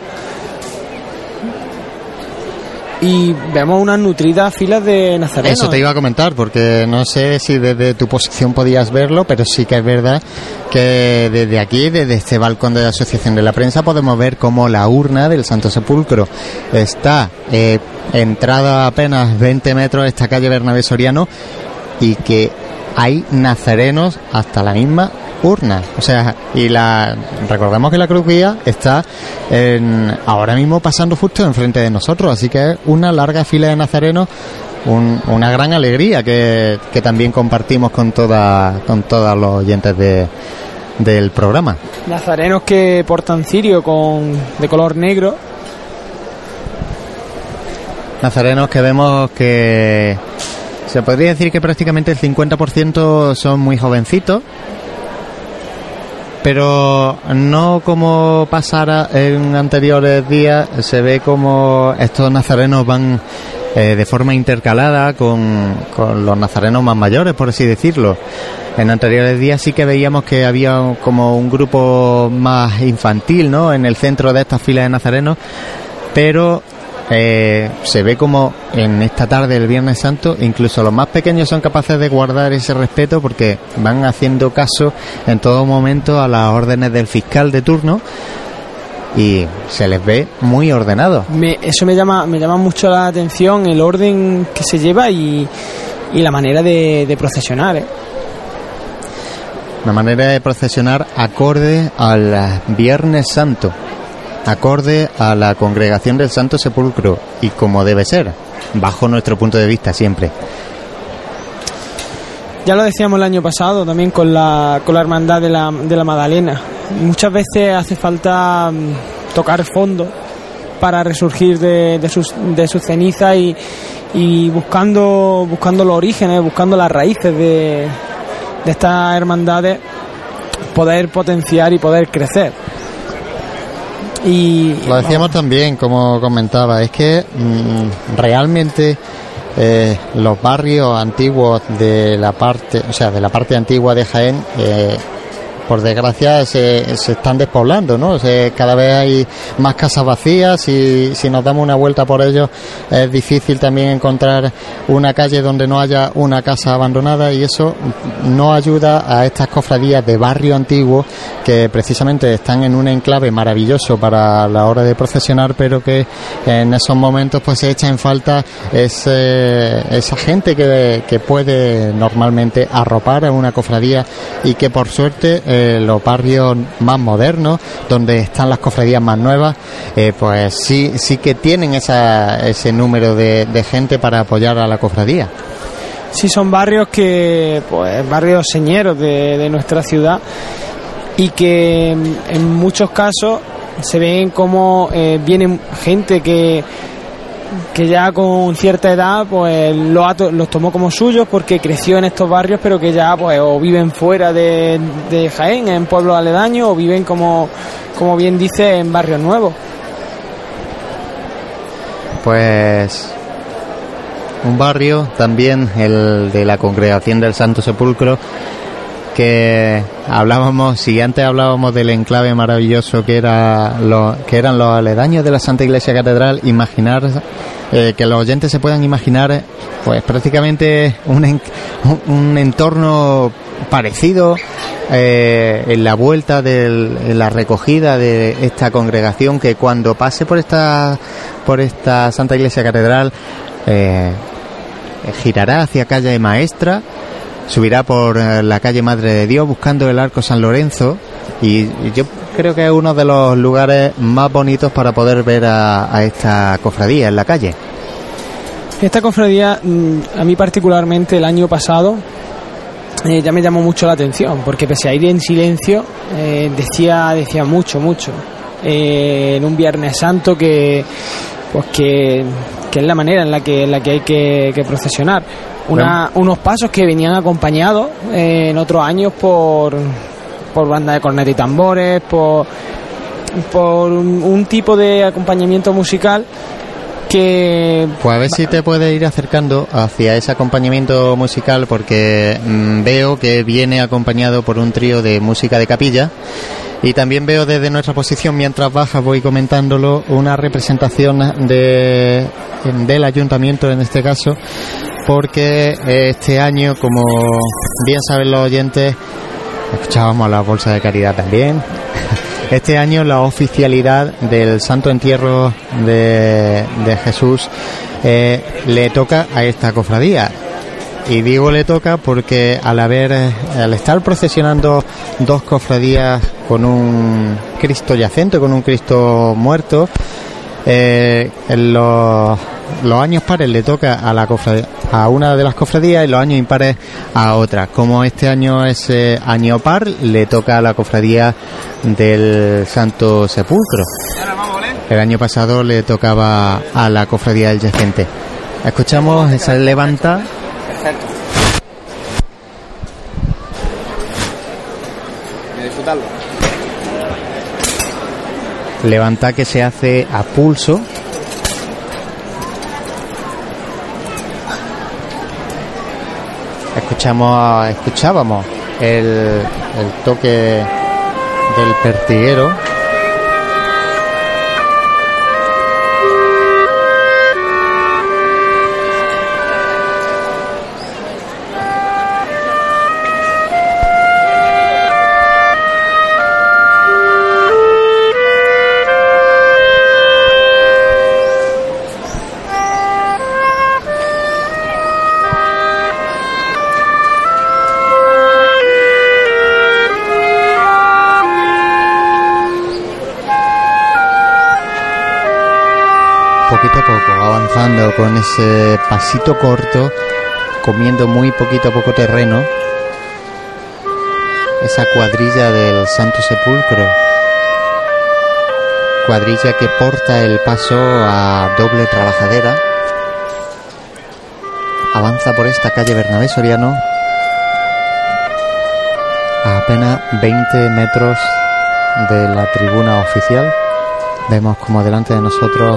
y vemos unas nutridas filas de nazarenos. Eso te iba a comentar, porque no sé si desde tu posición podías verlo, pero sí que es verdad que desde aquí, desde este balcón de la Asociación de la Prensa, podemos ver cómo la urna del Santo Sepulcro está eh, entrada apenas veinte metros de esta calle Bernabé Soriano, y que hay nazarenos hasta la misma urna. O sea, y la recordemos que la cruz guía está en, ahora mismo pasando justo enfrente de nosotros, así que es una larga fila de nazarenos, un, una gran alegría que, que también compartimos con toda con todos los oyentes de, del programa. Nazarenos que portan cirio con de color negro, nazarenos que vemos que se podría decir que prácticamente el cincuenta por ciento son muy jovencitos, pero no como pasara en anteriores días. Se ve como estos nazarenos van eh, de forma intercalada con, con los nazarenos más mayores, por así decirlo. En anteriores días sí que veíamos que había como un grupo más infantil, ¿no?, en el centro de estas filas de nazarenos, pero eh, se ve como en esta tarde del Viernes Santo incluso los más pequeños son capaces de guardar ese respeto, porque van haciendo caso en todo momento a las órdenes del fiscal de turno y se les ve muy ordenados. Me, eso me llama me llama mucho la atención, el orden que se lleva y, y la manera de, de procesionar, ¿eh? Una manera de procesionar acorde al Viernes Santo, acorde a la congregación del Santo Sepulcro y como debe ser, bajo nuestro punto de vista siempre. Ya lo decíamos el año pasado también con la con la hermandad de la, de la Magdalena. Muchas veces hace falta tocar fondo para resurgir de, de sus de sus cenizas y, y buscando buscando los orígenes, buscando las raíces de de estas hermandades, poder potenciar y poder crecer. Y lo decíamos vamos. También, como comentaba, es que mmm, realmente eh, los barrios antiguos de la parte, o sea, de la parte antigua de Jaén, eh, por desgracia se, se están despoblando, ¿no? Se, cada vez hay más casas vacías y si nos damos una vuelta por ellos es difícil también encontrar una calle donde no haya una casa abandonada, y eso no ayuda a estas cofradías de barrio antiguo que precisamente están en un enclave maravilloso para la hora de procesionar, pero que en esos momentos pues se echa en falta ese, esa gente que, que puede normalmente arropar a una cofradía, y que por suerte Eh, los barrios más modernos, donde están las cofradías más nuevas, eh, pues sí sí que tienen esa, ese número de, de gente para apoyar a la cofradía. Sí, son barrios que, pues, barrios señeros de, de nuestra ciudad, y que en muchos casos se ven como eh, viene gente que que ya con cierta edad pues lo ha, los tomó como suyos porque creció en estos barrios, pero que ya pues o viven fuera de, de Jaén, en pueblos aledaños, o viven, como, como bien dice, en barrios nuevos. Pues un barrio también, el de la congregación del Santo Sepulcro, que hablábamos, si antes hablábamos del enclave maravilloso que era lo, que eran los aledaños de la Santa Iglesia Catedral, imaginar eh, que los oyentes se puedan imaginar pues prácticamente un, en, un entorno parecido eh, en la vuelta de la recogida de esta congregación, que cuando pase por esta por esta Santa Iglesia Catedral eh, girará hacia calle Maestra, subirá por la calle Madre de Dios buscando el Arco San Lorenzo, y yo creo que es uno de los lugares más bonitos para poder ver a, a esta cofradía en la calle. Esta cofradía, a mí particularmente el año pasado, eh, ya me llamó mucho la atención, porque pese a ir en silencio, eh, decía decía mucho, mucho. Eh, en un Viernes Santo que pues que, que es la manera en la que, en la que hay que, que procesionar. Una, unos pasos que venían acompañados eh, en otros años por, por banda de corneta y tambores, por, por un, un tipo de acompañamiento musical que... Pues a ver si te puedes ir acercando hacia ese acompañamiento musical, porque mmm, veo que viene acompañado por un trío de música de capilla, y también veo desde nuestra posición, mientras bajas voy comentándolo, una representación de, del ayuntamiento en este caso, porque este año, como bien saben los oyentes, escuchábamos la bolsa de caridad también, este año la oficialidad del Santo Entierro de, de Jesús eh, le toca a esta cofradía. Y digo le toca porque al haber al estar procesionando dos cofradías con un Cristo yacente, con un Cristo muerto, eh, en los, los años pares le toca a la cofradía, a una de las cofradías, y los años impares a otra. Como este año es eh, año par, le toca a la cofradía del Santo Sepulcro. El año pasado le tocaba a la cofradía del Yacente. Escuchamos esa levanta. Perfecto. Voy a disfrutarlo. Levanta que se hace a pulso. Escuchamos, escuchábamos el, el toque del pertiguero. Poquito a poco, avanzando con ese pasito corto, comiendo muy poquito a poco terreno, esa cuadrilla del Santo Sepulcro, cuadrilla que porta el paso a doble trabajadera, avanza por esta calle Bernabé Soriano a apenas veinte metros de la tribuna oficial. Vemos como delante de nosotros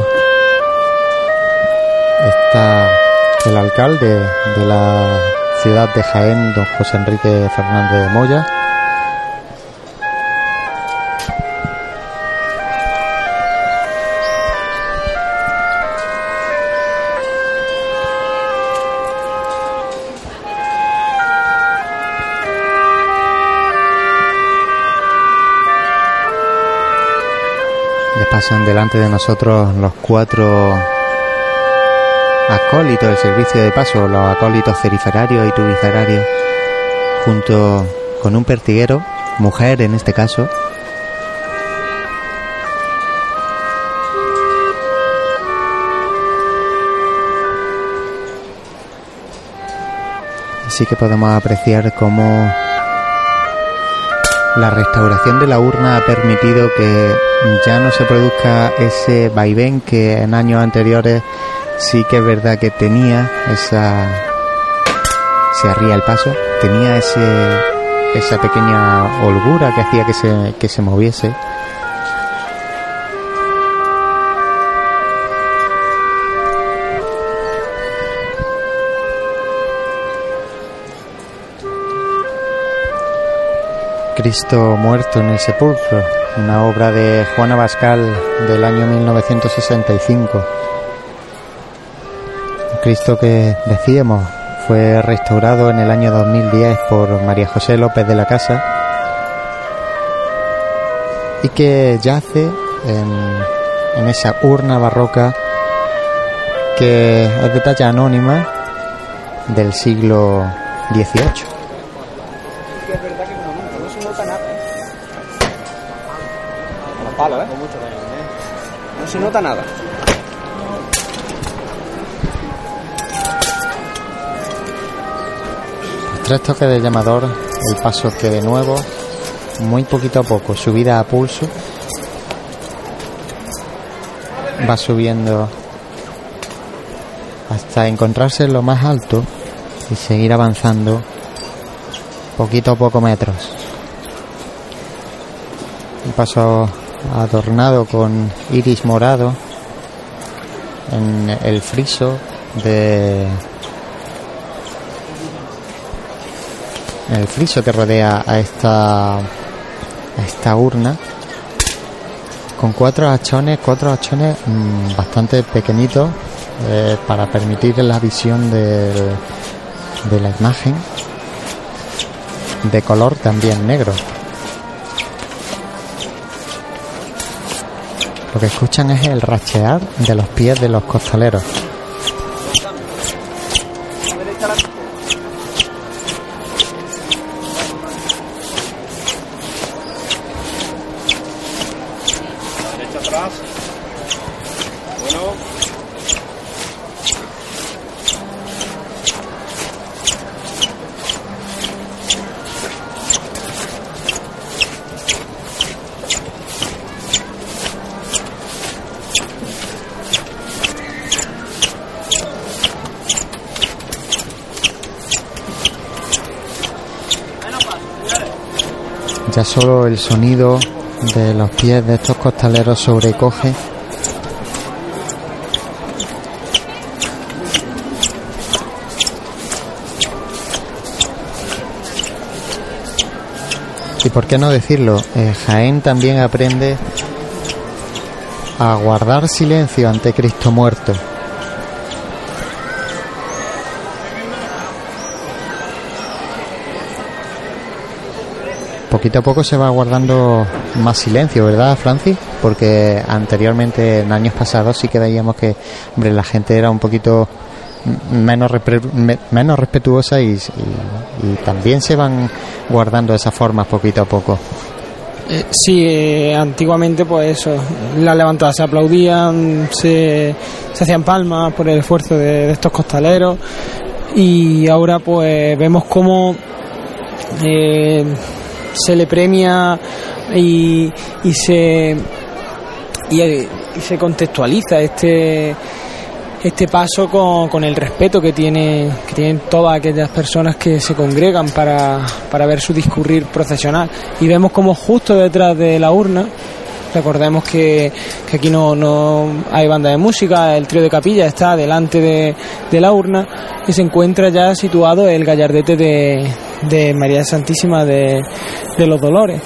está el alcalde de la ciudad de Jaén, don José Enrique Fernández de Moya. Ya pasan delante de nosotros los cuatro acólitos del servicio de paso, los acólitos ceriferarios y tubicerarios, junto con un pertiguero, mujer en este caso. Así que podemos apreciar cómo la restauración de la urna ha permitido que ya no se produzca ese vaivén que en años anteriores sí que es verdad que tenía esa, se arría el paso, tenía ese esa pequeña holgura que hacía que se, que se moviese. Cristo muerto en el sepulcro, una obra de Juan Abascal del año mil novecientos sesenta y cinco. Cristo que decíamos fue restaurado en el año dos mil diez por María José López de la Casa y que yace en, en esa urna barroca que es de talla anónima del siglo dieciocho. Es verdad que no se nota nada. A los palos, ¿eh? No se nota nada. Tres toques de llamador, el paso que de nuevo, muy poquito a poco, subida a pulso, va subiendo hasta encontrarse en lo más alto y seguir avanzando poquito a poco metros. Un paso adornado con iris morado en el friso de el friso que rodea a esta a esta urna, con cuatro hachones cuatro hachones mmm, bastante pequeñitos eh, para permitir la visión de, de la imagen, de color también negro. Lo que escuchan es el rachear de los pies de los costaleros. ya solo el sonido de los pies de estos costaleros sobrecoge. Y por qué no decirlo, eh, Jaén también aprende a guardar silencio ante Cristo muerto. Poquito a poco se va guardando más silencio, ¿verdad, Francis? Porque anteriormente, en años pasados, sí que veíamos que, hombre, la gente era un poquito menos repre- me- menos respetuosa y, y, y también se van guardando esas formas poquito a poco. Eh, sí, eh, antiguamente pues eso, las levantadas se aplaudían, se, se hacían palmas por el esfuerzo de, de estos costaleros, y ahora pues vemos cómo eh, se le premia y, y se y, y se contextualiza este este paso con, con el respeto que tiene que tienen todas aquellas personas que se congregan para, para ver su discurrir procesional. Y vemos como justo detrás de la urna, recordemos que, que aquí no, no hay banda de música, el trío de capilla está delante de, de la urna, y se encuentra ya situado el gallardete de, de María Santísima de, de los Dolores.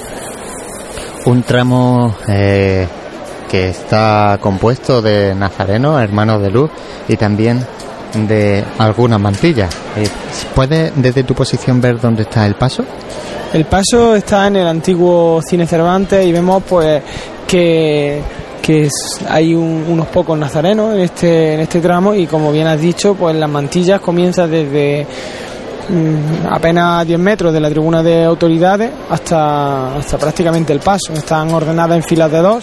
Un tramo eh, que está compuesto de nazarenos, hermanos de luz, y también de algunas mantillas. ¿Puedes desde tu posición ver dónde está el paso? El paso está en el antiguo Cine Cervantes, y vemos pues que, que es, hay un, unos pocos nazarenos en este, en este tramo, y como bien has dicho, pues las mantillas comienzan desde mmm, apenas diez metros de la tribuna de autoridades hasta, hasta prácticamente el paso. Están ordenadas en filas de dos.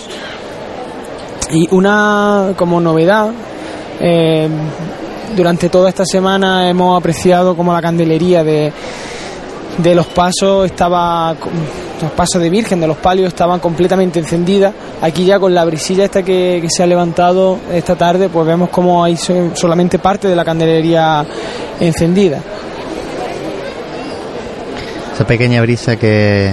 Y una como novedad, eh, durante toda esta semana hemos apreciado como la candelería de, de los pasos estaba, los pasos de Virgen, de los palios, estaban completamente encendidas. Aquí ya con la brisilla esta que, que se ha levantado esta tarde, pues vemos como hay solamente parte de la candelería encendida. Esa pequeña brisa que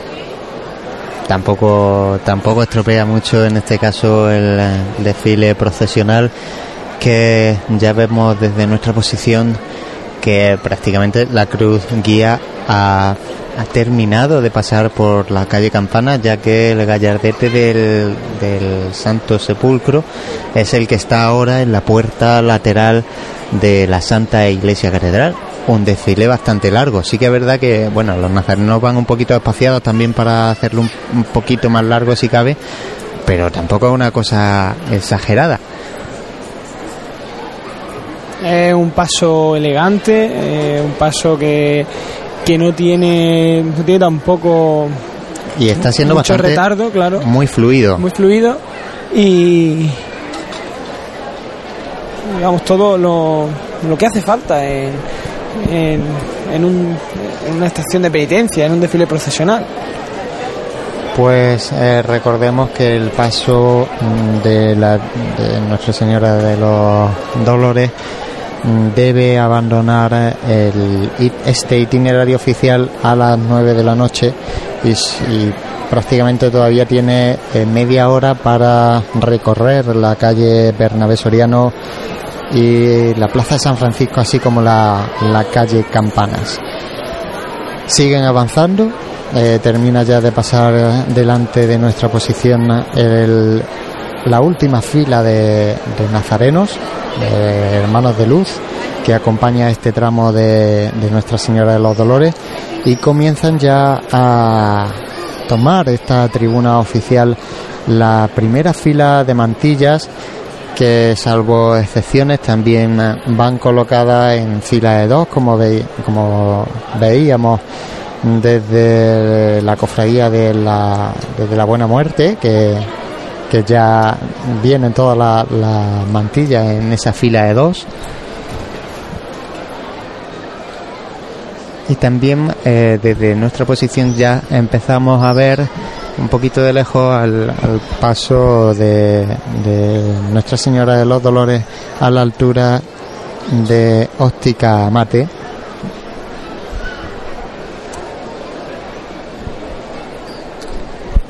tampoco tampoco estropea mucho en este caso el desfile procesional, que ya vemos desde nuestra posición que prácticamente la cruz guía ha, ha terminado de pasar por la calle Campana, ya que el gallardete del, del Santo Sepulcro es el que está ahora en la puerta lateral de la Santa Iglesia Catedral. Un desfile bastante largo. Sí que es verdad que, bueno, los nazarenos van un poquito espaciados también para hacerlo un, un poquito más largo si cabe, pero tampoco es una cosa exagerada. Es un paso elegante, eh, un paso que, que no tiene no tiene tampoco y está siendo mucho bastante retardo, claro, muy fluido, muy fluido y digamos todo lo, lo que hace falta en, en, en, un, en una estación de penitencia, en un desfile procesional. Pues eh, recordemos que el paso de, la, de Nuestra Señora de los Dolores debe abandonar el, este itinerario oficial a las nueve de la noche y, y prácticamente todavía tiene eh, media hora para recorrer la calle Bernabé Soriano y la Plaza de San Francisco, así como la, la calle Campanas. Siguen avanzando, eh, termina ya de pasar delante de nuestra posición el, la última fila de, de nazarenos, de hermanos de luz, que acompaña este tramo de, de Nuestra Señora de los Dolores, y comienzan ya a tomar esta tribuna oficial la primera fila de mantillas, que salvo excepciones también van colocadas en fila de dos, como, ve, como veíamos desde la cofradía de la, desde la Buena Muerte, que, que ya vienen todas las la mantillas en esa fila de dos. Y también eh, desde nuestra posición ya empezamos a ver un poquito de lejos al, al paso de, de Nuestra Señora de los Dolores a la altura de Óptica Mate.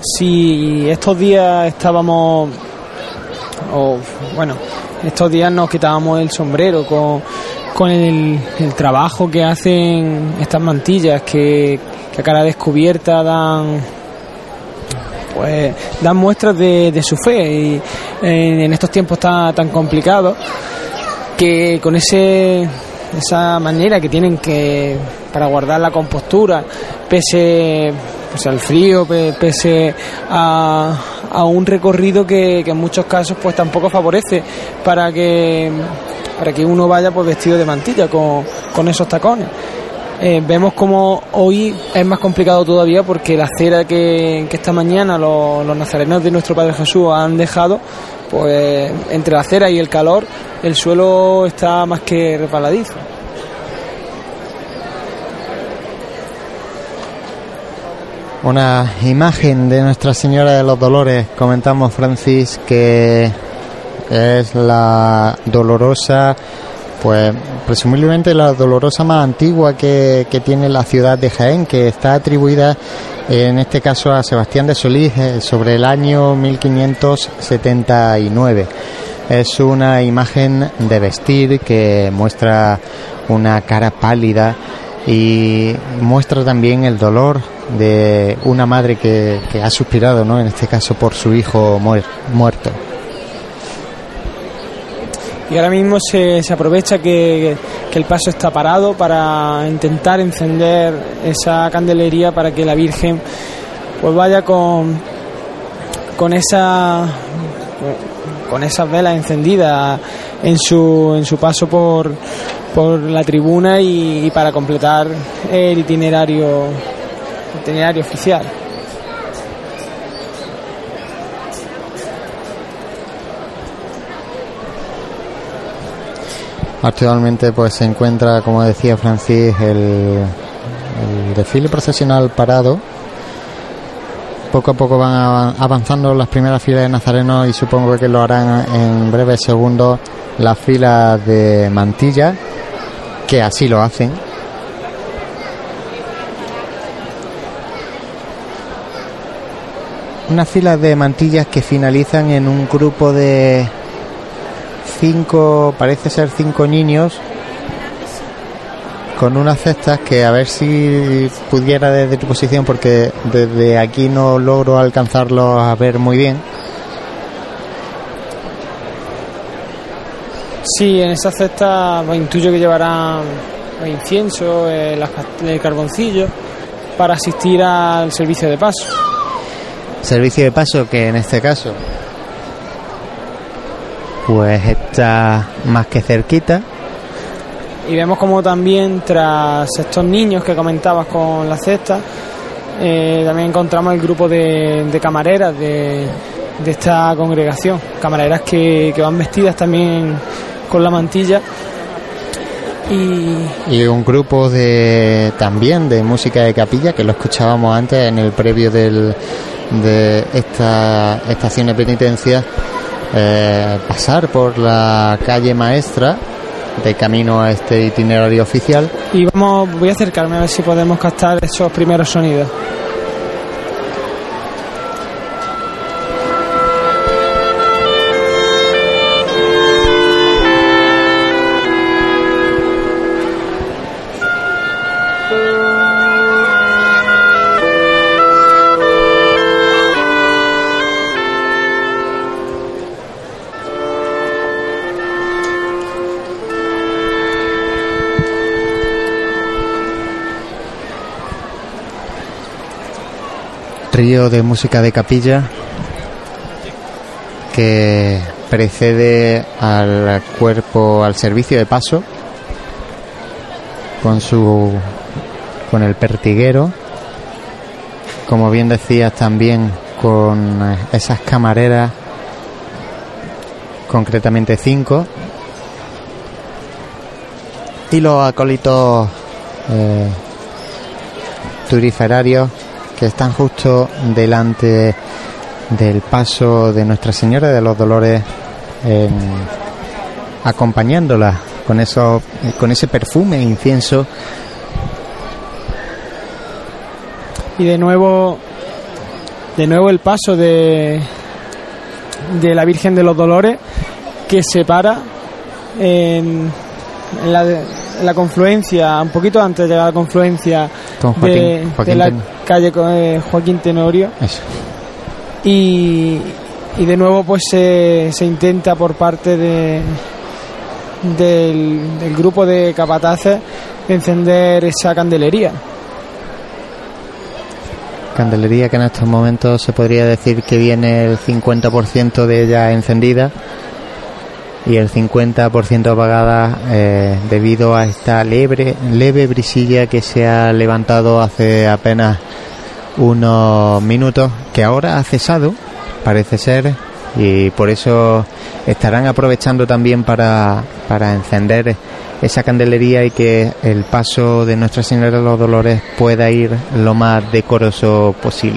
si estos días estábamos, o bueno, estos días nos quitábamos el sombrero con, con el, el trabajo que hacen estas mantillas, que, que a cara descubierta dan, pues, dan muestras de, de su fe, y en, en estos tiempos tan, tan complicados, que con ese esa manera que tienen que para guardar la compostura, pese, pese al frío, pese a, a un recorrido que, que en muchos casos pues tampoco favorece para que para que uno vaya pues vestido de mantilla con, con esos tacones. Eh, vemos como hoy es más complicado todavía, porque la acera que, que esta mañana los, los nazarenos de nuestro Padre Jesús han dejado, pues entre la acera y el calor, el suelo está más que resbaladizo. Una imagen de Nuestra Señora de los Dolores, comentamos, Francis, que es la dolorosa, pues presumiblemente la dolorosa más antigua que, que tiene la ciudad de Jaén, que está atribuida en este caso a Sebastián de Solís eh, sobre el año mil quinientos setenta y nueve. Es una imagen de vestir que muestra una cara pálida y muestra también el dolor de una madre que, que ha suspirado, ¿no?, en este caso por su hijo muer, muerto. Y ahora mismo se, se aprovecha que, que el paso está parado para intentar encender esa candelería para que la Virgen pues vaya con con esa con esas velas encendidas en su en su paso por por la tribuna y, y para completar el itinerario el itinerario oficial. Actualmente pues se encuentra, como decía Francis, el, el desfile procesional parado. Poco a poco van avanzando las primeras filas de nazarenos y supongo que lo harán en breves segundos las filas de mantilla, que así lo hacen. Unas filas de mantillas que finalizan en un grupo de cinco, parece ser cinco niños, con unas cestas que a ver si pudiera desde tu posición, porque desde aquí no logro alcanzarlos a ver muy bien. Sí, en esa cesta pues, intuyo que llevarán el incienso, el, el carboncillo, para asistir al servicio de paso. Servicio de paso que en este caso pues está más que cerquita. Y vemos como también tras estos niños que comentabas con la cesta, eh, también encontramos el grupo de, de camareras de, de esta congregación, camareras que, que van vestidas también con la mantilla. Y... y un grupo de también de música de capilla, que lo escuchábamos antes en el previo del, de esta estación de penitencia, eh, pasar por la calle Maestra de camino a este itinerario oficial. Y vamos, voy a acercarme a ver si podemos captar esos primeros sonidos. Trío de música de capilla que precede al cuerpo, al servicio de paso, con su con el pertiguero, como bien decías, también con esas camareras, concretamente cinco, y los acólitos eh, turiferarios que están justo delante del paso de Nuestra Señora de los Dolores, eh, acompañándola con eso, con ese perfume e incienso. Y de nuevo de nuevo el paso de, de la Virgen de los Dolores, que se para en, en, la, en la confluencia, un poquito antes de llegar a la confluencia Joaquín, de, Joaquín de la Ten... calle eh, Joaquín Tenorio. Eso. Y, y de nuevo pues se, se intenta por parte de del, del grupo de capataces encender esa candelería. Candelería que en estos momentos se podría decir que viene el cincuenta por ciento de ella encendida y el cincuenta por ciento apagada eh, debido a esta leve, leve brisilla que se ha levantado hace apenas unos minutos, que ahora ha cesado, parece ser, y por eso estarán aprovechando también para, para encender esa candelería y que el paso de Nuestra Señora de los Dolores pueda ir lo más decoroso posible.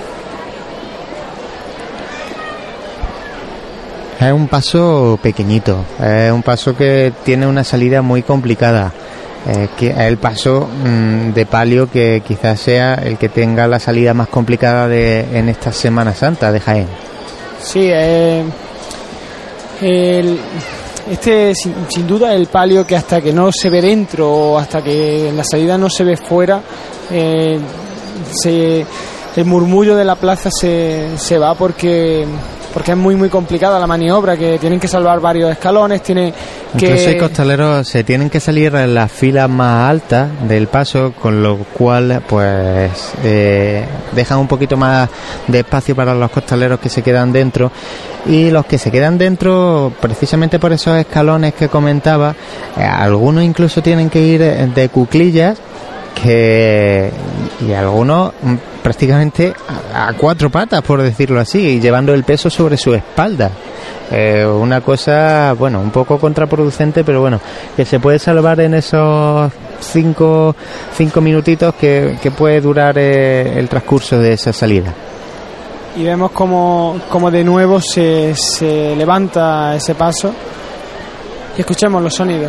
Es un paso pequeñito, es un paso que tiene una salida muy complicada. Eh, que es el paso mmm, de palio que quizás sea el que tenga la salida más complicada de en esta Semana Santa de Jaén. Sí, eh, el, este sin, sin duda el palio que hasta que no se ve dentro o hasta que la salida no se ve fuera, eh, se, el murmullo de la plaza se, se va porque porque es muy muy complicada la maniobra, que tienen que salvar varios escalones, tiene que... Incluso hay costaleros, se tienen que salir en las filas más altas del paso, con lo cual pues eh, dejan un poquito más de espacio para los costaleros que se quedan dentro, y los que se quedan dentro precisamente por esos escalones que comentaba, eh, algunos incluso tienen que ir de cuclillas, que y algunos prácticamente a, a cuatro patas, por decirlo así, y llevando el peso sobre su espalda. Eh, una cosa, bueno, un poco contraproducente, pero bueno, que se puede salvar en esos cinco, cinco minutitos que, que puede durar eh, el transcurso de esa salida. Y vemos como, como de nuevo se, se levanta ese paso y escuchemos los sonidos.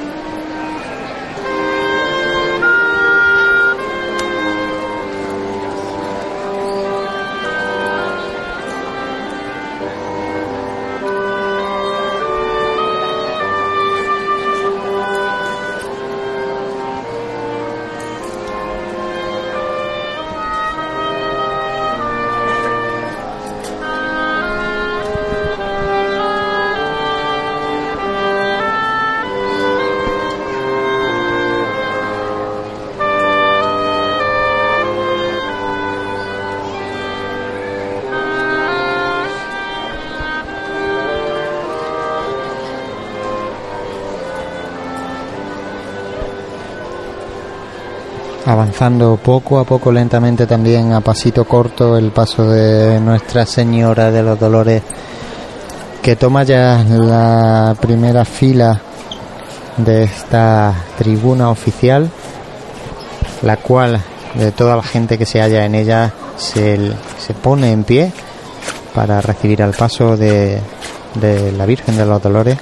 Avanzando poco a poco, lentamente, también a pasito corto, el paso de Nuestra Señora de los Dolores, que toma ya la primera fila de esta tribuna oficial, la cual, de toda la gente que se halla en ella, se, se pone en pie para recibir al paso de, de la Virgen de los Dolores.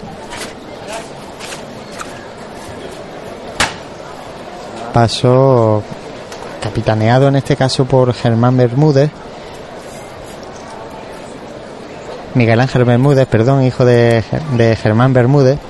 Paso capitaneado en este caso por Germán Bermúdez, Miguel Ángel Bermúdez, perdón, hijo de, de Germán Bermúdez,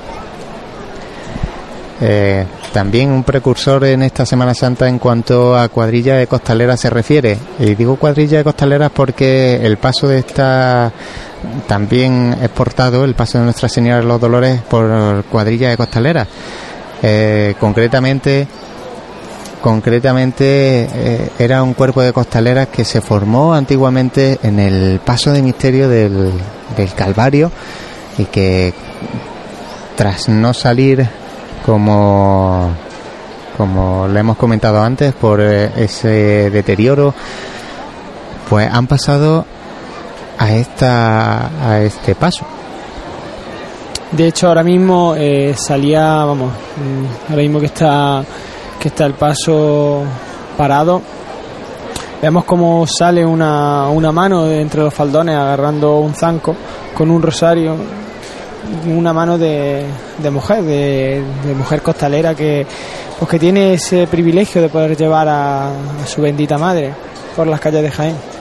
eh, también un precursor en esta Semana Santa en cuanto a cuadrilla de costaleras se refiere. Y digo cuadrilla de costaleras porque el paso de esta también es portado, el paso de Nuestra Señora de los Dolores, por cuadrilla de costaleras. Eh, concretamente Concretamente eh, era un cuerpo de costaleras que se formó antiguamente en el paso de misterio del, del Calvario, y que tras no salir como como le hemos comentado antes por eh, ese deterioro, pues han pasado a esta a este paso. De hecho, ahora mismo eh, salía, vamos, ahora mismo que está que está el paso parado, vemos cómo sale una, una mano de entre los faldones agarrando un zanco con un rosario, una mano de, de mujer, de, de mujer costalera que, pues que tiene ese privilegio de poder llevar a, a su bendita madre por las calles de Jaén.